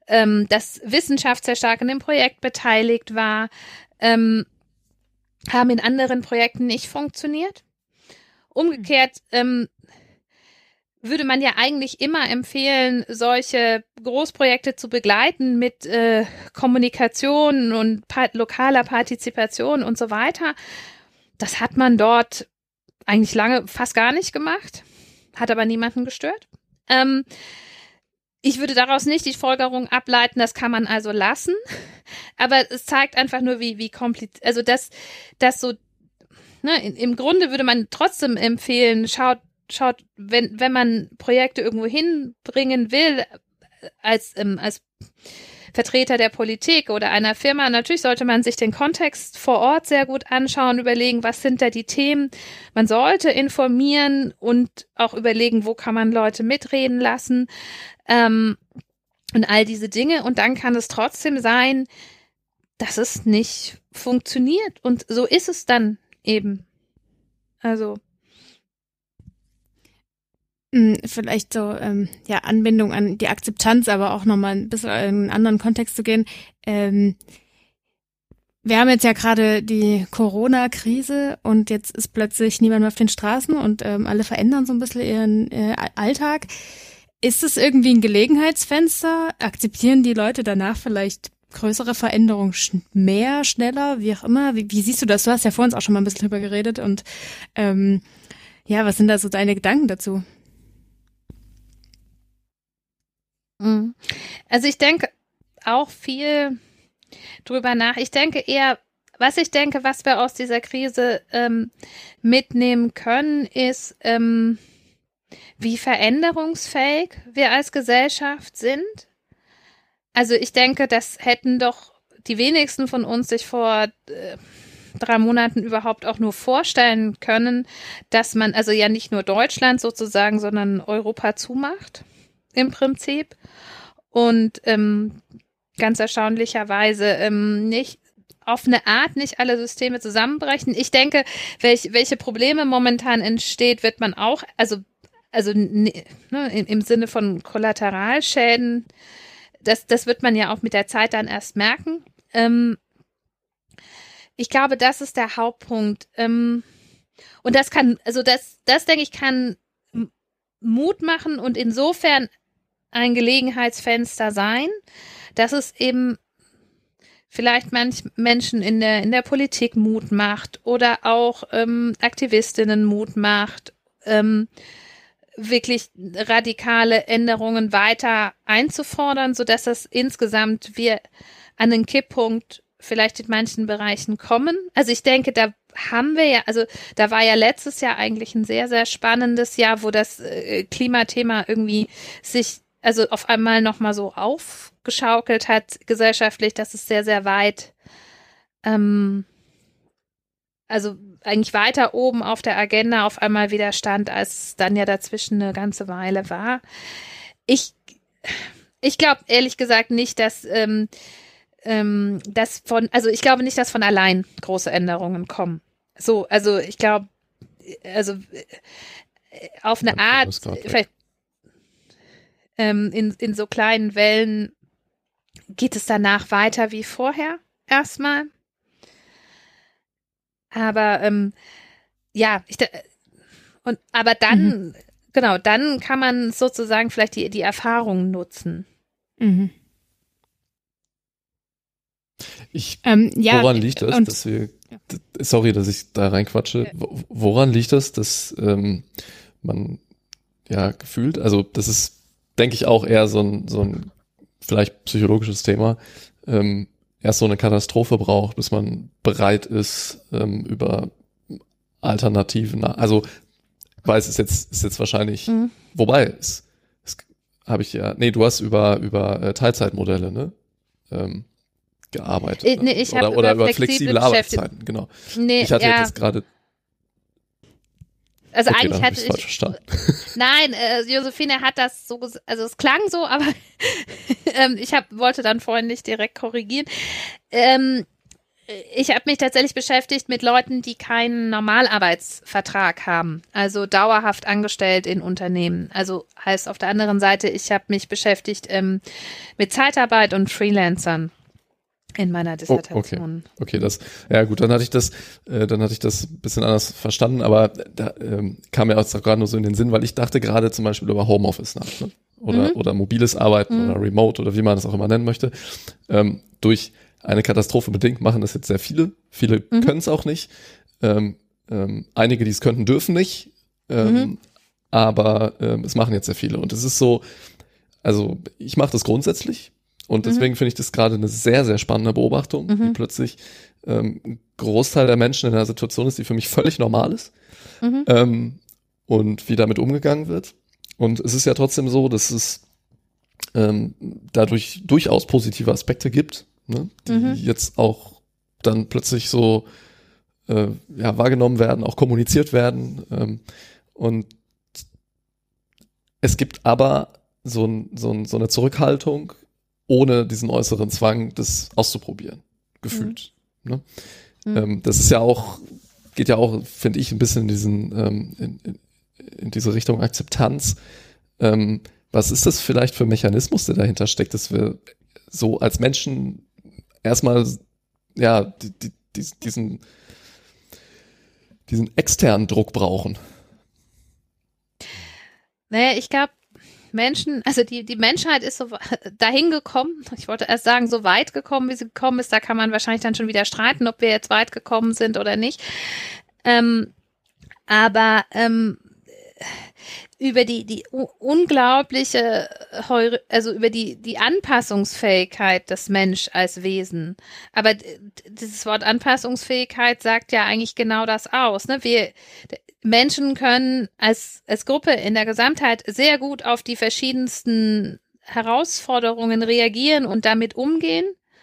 ähm, dass Wissenschaft sehr stark in dem Projekt beteiligt war, ähm, haben in anderen Projekten nicht funktioniert. Umgekehrt ähm, würde man ja eigentlich immer empfehlen, solche Großprojekte zu begleiten mit äh, Kommunikation und pa- lokaler Partizipation und so weiter. Das hat man dort eigentlich lange fast gar nicht gemacht, hat aber niemanden gestört. Ähm, ich würde daraus nicht die Folgerung ableiten, das kann man also lassen, aber es zeigt einfach nur, wie, wie kompliziert, also das, das so, ne, im Grunde würde man trotzdem empfehlen, schaut, schaut, wenn, wenn man Projekte irgendwo hinbringen will, als, ähm, als Vertreter der Politik oder einer Firma, natürlich sollte man sich den Kontext vor Ort sehr gut anschauen, überlegen, was sind da die Themen. Man sollte informieren und auch überlegen, wo kann man Leute mitreden lassen, ähm, und all diese Dinge. Und dann kann es trotzdem sein, dass es nicht funktioniert. Und so ist es dann eben. Also vielleicht so, ähm, ja, Anbindung an die Akzeptanz, aber auch nochmal ein bisschen in einen anderen Kontext zu gehen. Ähm, wir haben jetzt ja gerade die Corona-Krise und jetzt ist plötzlich niemand mehr auf den Straßen und ähm, alle verändern so ein bisschen ihren äh, Alltag. Ist es irgendwie ein Gelegenheitsfenster? Akzeptieren die Leute danach vielleicht größere Veränderungen sch- mehr, schneller, wie auch immer? Wie, wie siehst du das? Du hast ja vor uns auch schon mal ein bisschen drüber geredet und ähm, ja, was sind da so deine Gedanken dazu? Also ich denke auch viel drüber nach. Ich denke eher, was ich denke, was wir aus dieser Krise ähm, mitnehmen können, ist, ähm, wie veränderungsfähig wir als Gesellschaft sind. Also ich denke, das hätten doch die wenigsten von uns sich vor äh, drei Monaten überhaupt auch nur vorstellen können, dass man also ja nicht nur Deutschland sozusagen, sondern Europa zumacht im Prinzip. Und ähm, ganz erstaunlicherweise ähm, nicht auf eine Art nicht alle Systeme zusammenbrechen. Ich denke, welch, welche Probleme momentan entsteht, wird man auch, also also ne, im, im Sinne von Kollateralschäden, das, das wird man ja auch mit der Zeit dann erst merken. Ähm, ich glaube, das ist der Hauptpunkt. Ähm, und das kann, also das, das denke ich, kann Mut machen und insofern ein Gelegenheitsfenster sein, dass es eben vielleicht manch Menschen in der, in der Politik Mut macht oder auch ähm, Aktivistinnen Mut macht, ähm, wirklich radikale Änderungen weiter einzufordern, sodass das insgesamt wir an den Kipppunkt vielleicht in manchen Bereichen kommen. Also ich denke, da haben wir ja, also da war ja letztes Jahr eigentlich ein sehr, sehr spannendes Jahr, wo das äh, Klimathema irgendwie sich also auf einmal nochmal so aufgeschaukelt hat gesellschaftlich, dass es sehr, sehr weit, ähm, also eigentlich weiter oben auf der Agenda auf einmal wieder stand, als es dann ja dazwischen eine ganze Weile war. Ich, ich glaube ehrlich gesagt nicht, dass ähm, ähm, dass von, also ich glaube nicht, dass von allein große Änderungen kommen. So, also ich glaube, also auf eine Art, vielleicht ähm, in, in so kleinen Wellen geht es danach weiter wie vorher erstmal. Aber ähm, ja, ich, und aber dann, mhm. genau, dann kann man sozusagen vielleicht die, die Erfahrungen nutzen. Mhm. Ich, ähm, ja, woran liegt das, dass wir, ja. sorry, dass ich da reinquatsche, ja. woran liegt das, dass ähm, man ja gefühlt, also das ist, denke ich, auch eher so ein, so ein vielleicht psychologisches Thema, ähm, erst so eine Katastrophe braucht, bis man bereit ist, ähm, über Alternativen, also weil es ist jetzt, ist jetzt wahrscheinlich, mhm. wobei, es, es habe ich ja, nee, du hast über, über äh, Teilzeitmodelle, ne, ähm, gearbeitet. Ich, nee, ich oder über oder über flexible, flexible Arbeitszeiten, genau. Nee, ich hatte ja. jetzt gerade Also okay, eigentlich hatte ich, falsch verstanden. Nein, äh, Josephine hat das so gesagt, also es klang so, aber ähm, ich hab, wollte dann vorhin nicht direkt korrigieren. Ähm, ich habe mich tatsächlich beschäftigt mit Leuten, die keinen Normalarbeitsvertrag haben, also dauerhaft angestellt in Unternehmen. Also heißt auf der anderen Seite, ich habe mich beschäftigt ähm, mit Zeitarbeit und Freelancern in meiner Dissertation. Oh, okay. okay, das, ja gut, dann hatte ich das, äh, dann hatte ich das ein bisschen anders verstanden, aber da ähm, kam mir auch gerade nur so in den Sinn, weil ich dachte gerade zum Beispiel über Homeoffice nach, ne? oder, mhm. oder mobiles Arbeiten mhm. oder Remote oder wie man das auch immer nennen möchte. Ähm, durch eine Katastrophe bedingt machen das jetzt sehr viele. Viele mhm. können es auch nicht. Ähm, ähm, einige, die es könnten, dürfen nicht. Ähm, mhm. Aber ähm, es machen jetzt sehr viele. Und es ist so, also ich mache das grundsätzlich. Und deswegen mhm. finde ich das gerade eine sehr, sehr spannende Beobachtung, mhm. wie plötzlich ähm, ein Großteil der Menschen in einer Situation ist, die für mich völlig normal ist. Mhm. Ähm, und wie damit umgegangen wird. Und es ist ja trotzdem so, dass es ähm, dadurch durchaus positive Aspekte gibt, ne, die mhm. jetzt auch dann plötzlich so äh, ja, wahrgenommen werden, auch kommuniziert werden. Ähm, und es gibt aber so, ein, so, ein, so eine Zurückhaltung, ohne diesen äußeren Zwang, das auszuprobieren, gefühlt. Mhm. Ne? Mhm. Ähm, das ist ja auch, geht ja auch, finde ich, ein bisschen in diesen ähm, in, in, in diese Richtung Akzeptanz. Ähm, was ist das vielleicht für ein Mechanismus, der dahinter steckt, dass wir so als Menschen erstmal ja die, die, die, diesen diesen externen Druck brauchen? Naja, ich glaube, Menschen, also die, die Menschheit ist so dahin gekommen, ich wollte erst sagen, so weit gekommen, wie sie gekommen ist, da kann man wahrscheinlich dann schon wieder streiten, ob wir jetzt weit gekommen sind oder nicht. Ähm, aber ähm, über die, die unglaubliche, also über die, die Anpassungsfähigkeit des Mensch als Wesen. Aber dieses Wort Anpassungsfähigkeit sagt ja eigentlich genau das aus, ne? Wir, Menschen können als, als Gruppe in der Gesamtheit sehr gut auf die verschiedensten Herausforderungen reagieren und damit umgehen.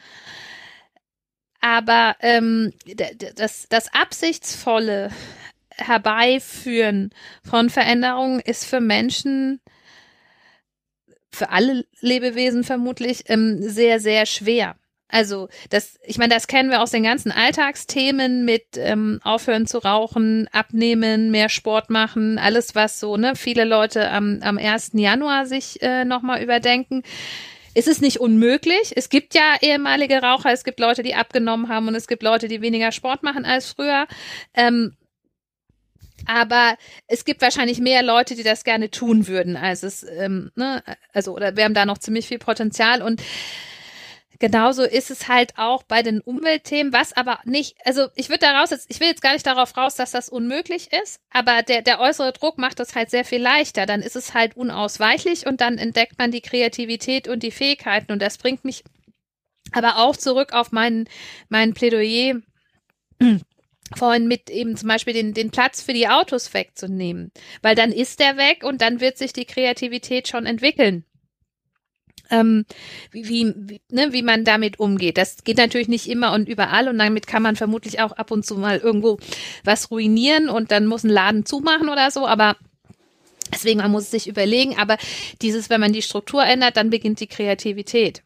Aber ähm, das, das absichtsvolle Herbeiführen von Veränderungen ist für Menschen, für alle Lebewesen vermutlich, ähm, sehr, sehr schwer. Also das, ich meine, das kennen wir aus den ganzen Alltagsthemen mit ähm, aufhören zu rauchen, abnehmen, mehr Sport machen, alles was so, ne, viele Leute am, am ersten Januar sich äh, nochmal überdenken. Es ist nicht unmöglich. Es gibt ja ehemalige Raucher, es gibt Leute, die abgenommen haben und es gibt Leute, die weniger Sport machen als früher. Ähm, Aber es gibt wahrscheinlich mehr Leute, die das gerne tun würden, als es, ähm, ne, also, oder wir haben da noch ziemlich viel Potenzial und genauso ist es halt auch bei den Umweltthemen, was aber nicht, also ich würde daraus jetzt, ich will jetzt gar nicht darauf raus, dass das unmöglich ist, aber der, der äußere Druck macht das halt sehr viel leichter, dann ist es halt unausweichlich und dann entdeckt man die Kreativität und die Fähigkeiten und das bringt mich aber auch zurück auf mein, mein Plädoyer vorhin mit eben zum Beispiel den, den Platz für die Autos wegzunehmen, weil dann ist der weg und dann wird sich die Kreativität schon entwickeln. Ähm, wie, wie, ne, wie man damit umgeht. Das geht natürlich nicht immer und überall und damit kann man vermutlich auch ab und zu mal irgendwo was ruinieren und dann muss ein Laden zumachen oder so, aber deswegen, man muss es sich überlegen, aber dieses, wenn man die Struktur ändert, dann beginnt die Kreativität.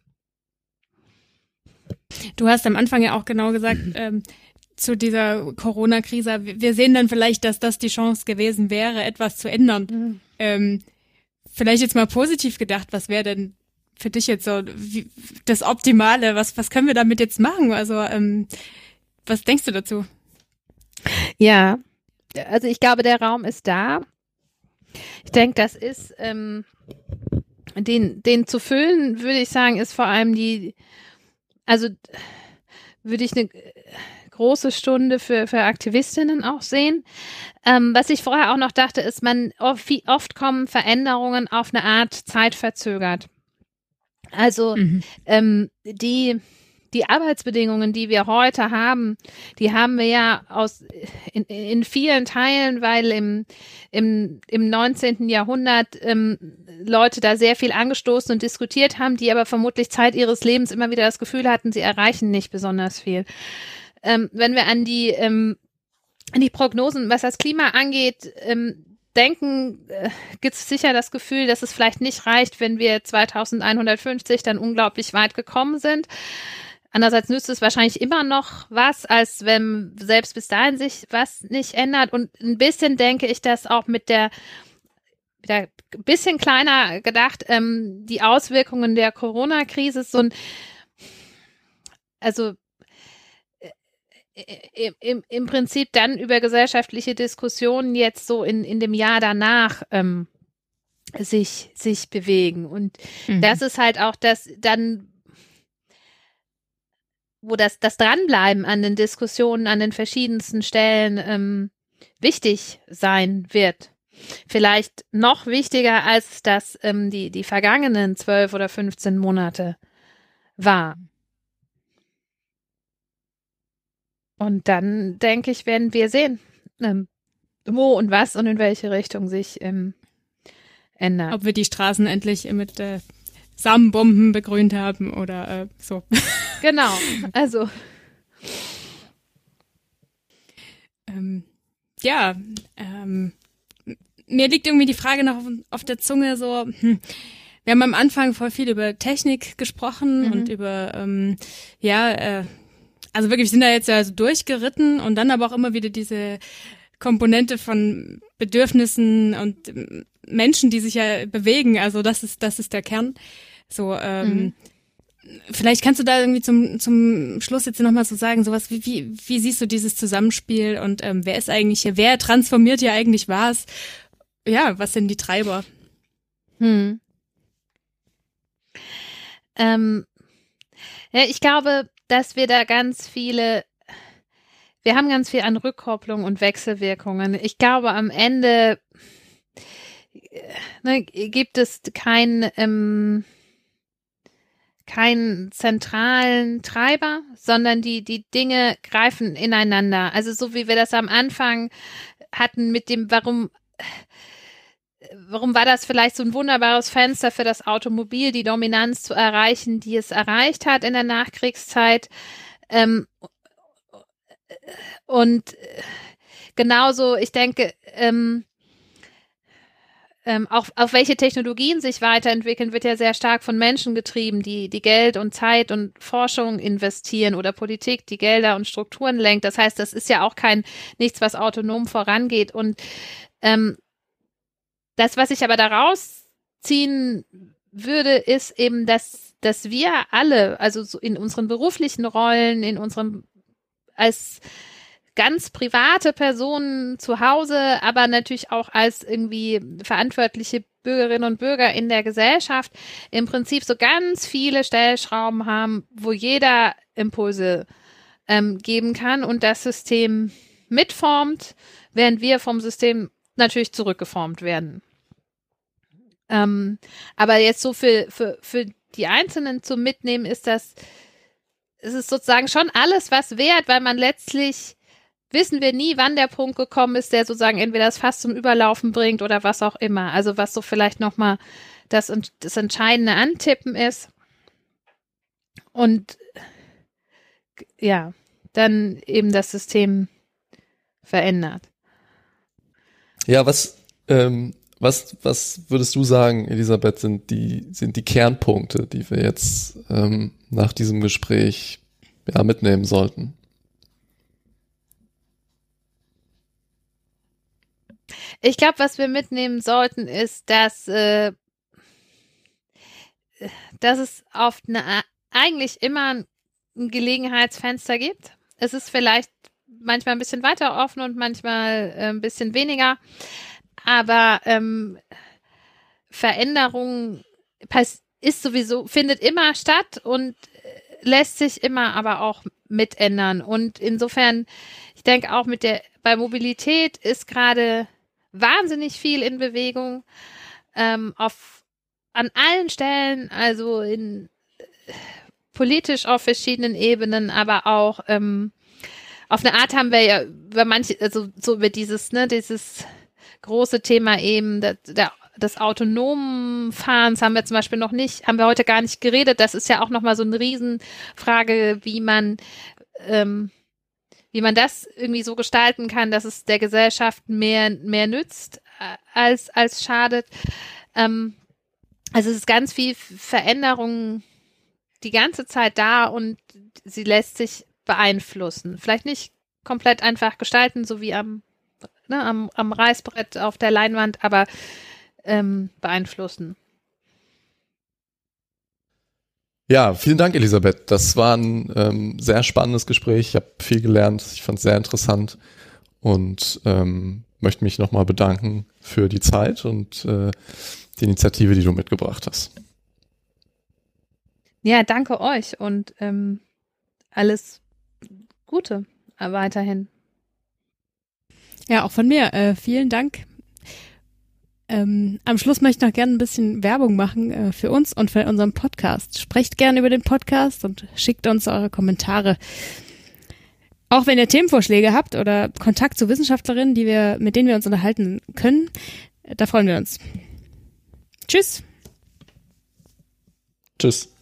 Du hast am Anfang ja auch genau gesagt, ähm, zu dieser Corona-Krise, wir sehen dann vielleicht, dass das die Chance gewesen wäre, etwas zu ändern. Mhm. Ähm, vielleicht jetzt mal positiv gedacht, was wäre denn für dich jetzt so wie, das Optimale? Was, was können wir damit jetzt machen? Also, ähm, was denkst du dazu? Ja, also ich glaube, der Raum ist da. Ich denke, das ist, ähm, den, den zu füllen, würde ich sagen, ist vor allem die, also würde ich eine große Stunde für, für Aktivistinnen auch sehen. Ähm, was ich vorher auch noch dachte, ist, man oft, wie oft kommen Veränderungen auf eine Art zeitverzögert. Also mhm. ähm, die die Arbeitsbedingungen, die wir heute haben, die haben wir ja aus in, in vielen Teilen, weil im im im neunzehnten Jahrhundert ähm, Leute da sehr viel angestoßen und diskutiert haben, die aber vermutlich Zeit ihres Lebens immer wieder das Gefühl hatten, sie erreichen nicht besonders viel. Ähm, wenn wir an die ähm, an die Prognosen, was das Klima angeht, ähm, denken, äh, gibt es sicher das Gefühl, dass es vielleicht nicht reicht, wenn wir zweitausendeinhundertfünfzig dann unglaublich weit gekommen sind. Andererseits nützt es wahrscheinlich immer noch was, als wenn selbst bis dahin sich was nicht ändert. Und ein bisschen denke ich, dass auch mit der, wieder ein bisschen kleiner gedacht, ähm, die Auswirkungen der Corona-Krise so ein, also äh, im, im Prinzip dann über gesellschaftliche Diskussionen jetzt so in, in dem Jahr danach ähm, sich, sich bewegen. Und mhm. das ist halt auch das dann, wo das, das Dranbleiben an den Diskussionen an den verschiedensten Stellen ähm, wichtig sein wird. Vielleicht noch wichtiger, als das ähm, die, die vergangenen zwölf oder fünfzehn Monate war. Und dann, denke ich, werden wir sehen, ähm, wo und was und in welche Richtung sich ähm, ändert. Ob wir die Straßen endlich mit äh, Samenbomben begrünt haben oder äh, so. Genau, also. ähm, ja, ähm, mir liegt irgendwie die Frage noch auf, auf der Zunge so, hm, wir haben am Anfang voll viel über Technik gesprochen mhm. und über, ähm, ja, äh, also wirklich, wir sind da jetzt ja so durchgeritten und dann aber auch immer wieder diese Komponente von Bedürfnissen und ähm, Menschen, die sich ja bewegen, also das ist, das ist der Kern. So, ähm, mhm. Vielleicht kannst du da irgendwie zum zum Schluss jetzt nochmal so sagen, sowas wie, wie, wie siehst du dieses Zusammenspiel und ähm, wer ist eigentlich hier, wer transformiert hier eigentlich was? Ja, was sind die Treiber? Hm. Ähm, ja, ich glaube, dass wir da ganz viele, wir haben ganz viel an Rückkopplung und Wechselwirkungen. Ich glaube, am Ende ne, gibt es kein ähm, keinen zentralen Treiber, sondern die, die Dinge greifen ineinander. Also so wie wir das am Anfang hatten mit dem, warum, warum war das vielleicht so ein wunderbares Fenster für das Automobil, die Dominanz zu erreichen, die es erreicht hat in der Nachkriegszeit. Ähm, und genauso, ich denke, ähm, Ähm, auch, auch welche Technologien sich weiterentwickeln, wird ja sehr stark von Menschen getrieben, die, die Geld und Zeit und Forschung investieren oder Politik, die Gelder und Strukturen lenkt. Das heißt, das ist ja auch kein nichts, was autonom vorangeht. Und ähm, das, was ich aber daraus ziehen würde, ist eben, dass, dass wir alle, also so in unseren beruflichen Rollen, in unserem als ganz private Personen zu Hause, aber natürlich auch als irgendwie verantwortliche Bürgerinnen und Bürger in der Gesellschaft im Prinzip so ganz viele Stellschrauben haben, wo jeder Impulse ähm, geben kann und das System mitformt, während wir vom System natürlich zurückgeformt werden. Ähm, aber jetzt so für, für, für die Einzelnen zum Mitnehmen ist das, es ist sozusagen schon alles was wert, weil man letztlich wissen wir nie, wann der Punkt gekommen ist, der sozusagen entweder das Fass zum Überlaufen bringt oder was auch immer. Also was so vielleicht nochmal das, das entscheidende Antippen ist. Und ja, dann eben das System verändert. Ja, was, ähm, was, was würdest du sagen, Elisabeth, sind die, sind die Kernpunkte, die wir jetzt ähm, nach diesem Gespräch ja, mitnehmen sollten? Ich glaube, was wir mitnehmen sollten, ist, dass, äh, dass es auf eine, eigentlich immer ein Gelegenheitsfenster gibt. Es ist vielleicht manchmal ein bisschen weiter offen und manchmal äh, ein bisschen weniger. Aber ähm, Veränderung ist sowieso, findet immer statt und lässt sich immer aber auch mitändern. Und insofern, ich denke auch mit der, bei Mobilität ist gerade wahnsinnig viel in Bewegung, ähm, auf, an allen Stellen, also in, politisch auf verschiedenen Ebenen, aber auch ähm, auf eine Art haben wir ja über manche, also so über dieses, ne, dieses große Thema eben der, der, des autonomen Fahrens haben wir zum Beispiel noch nicht, haben wir heute gar nicht geredet. Das ist ja auch nochmal so eine Riesenfrage, wie man ähm, wie man das irgendwie so gestalten kann, dass es der Gesellschaft mehr, mehr nützt als, als schadet. Ähm, also es ist ganz viel Veränderung die ganze Zeit da und sie lässt sich beeinflussen. Vielleicht nicht komplett einfach gestalten, so wie am, ne, am, am Reißbrett auf der Leinwand, aber ähm, beeinflussen. Ja, vielen Dank, Elisabeth. Das war ein ähm, sehr spannendes Gespräch. Ich habe viel gelernt. Ich fand es sehr interessant und ähm, möchte mich nochmal bedanken für die Zeit und äh, die Initiative, die du mitgebracht hast. Ja, danke euch und ähm, alles Gute weiterhin. Ja, auch von mir. Äh, vielen Dank. Ähm, am Schluss möchte ich noch gerne ein bisschen Werbung machen äh, für uns und für unseren Podcast. Sprecht gerne über den Podcast und schickt uns eure Kommentare. Auch wenn ihr Themenvorschläge habt oder Kontakt zu Wissenschaftlerinnen, die wir, mit denen wir uns unterhalten können, da freuen wir uns. Tschüss. Tschüss.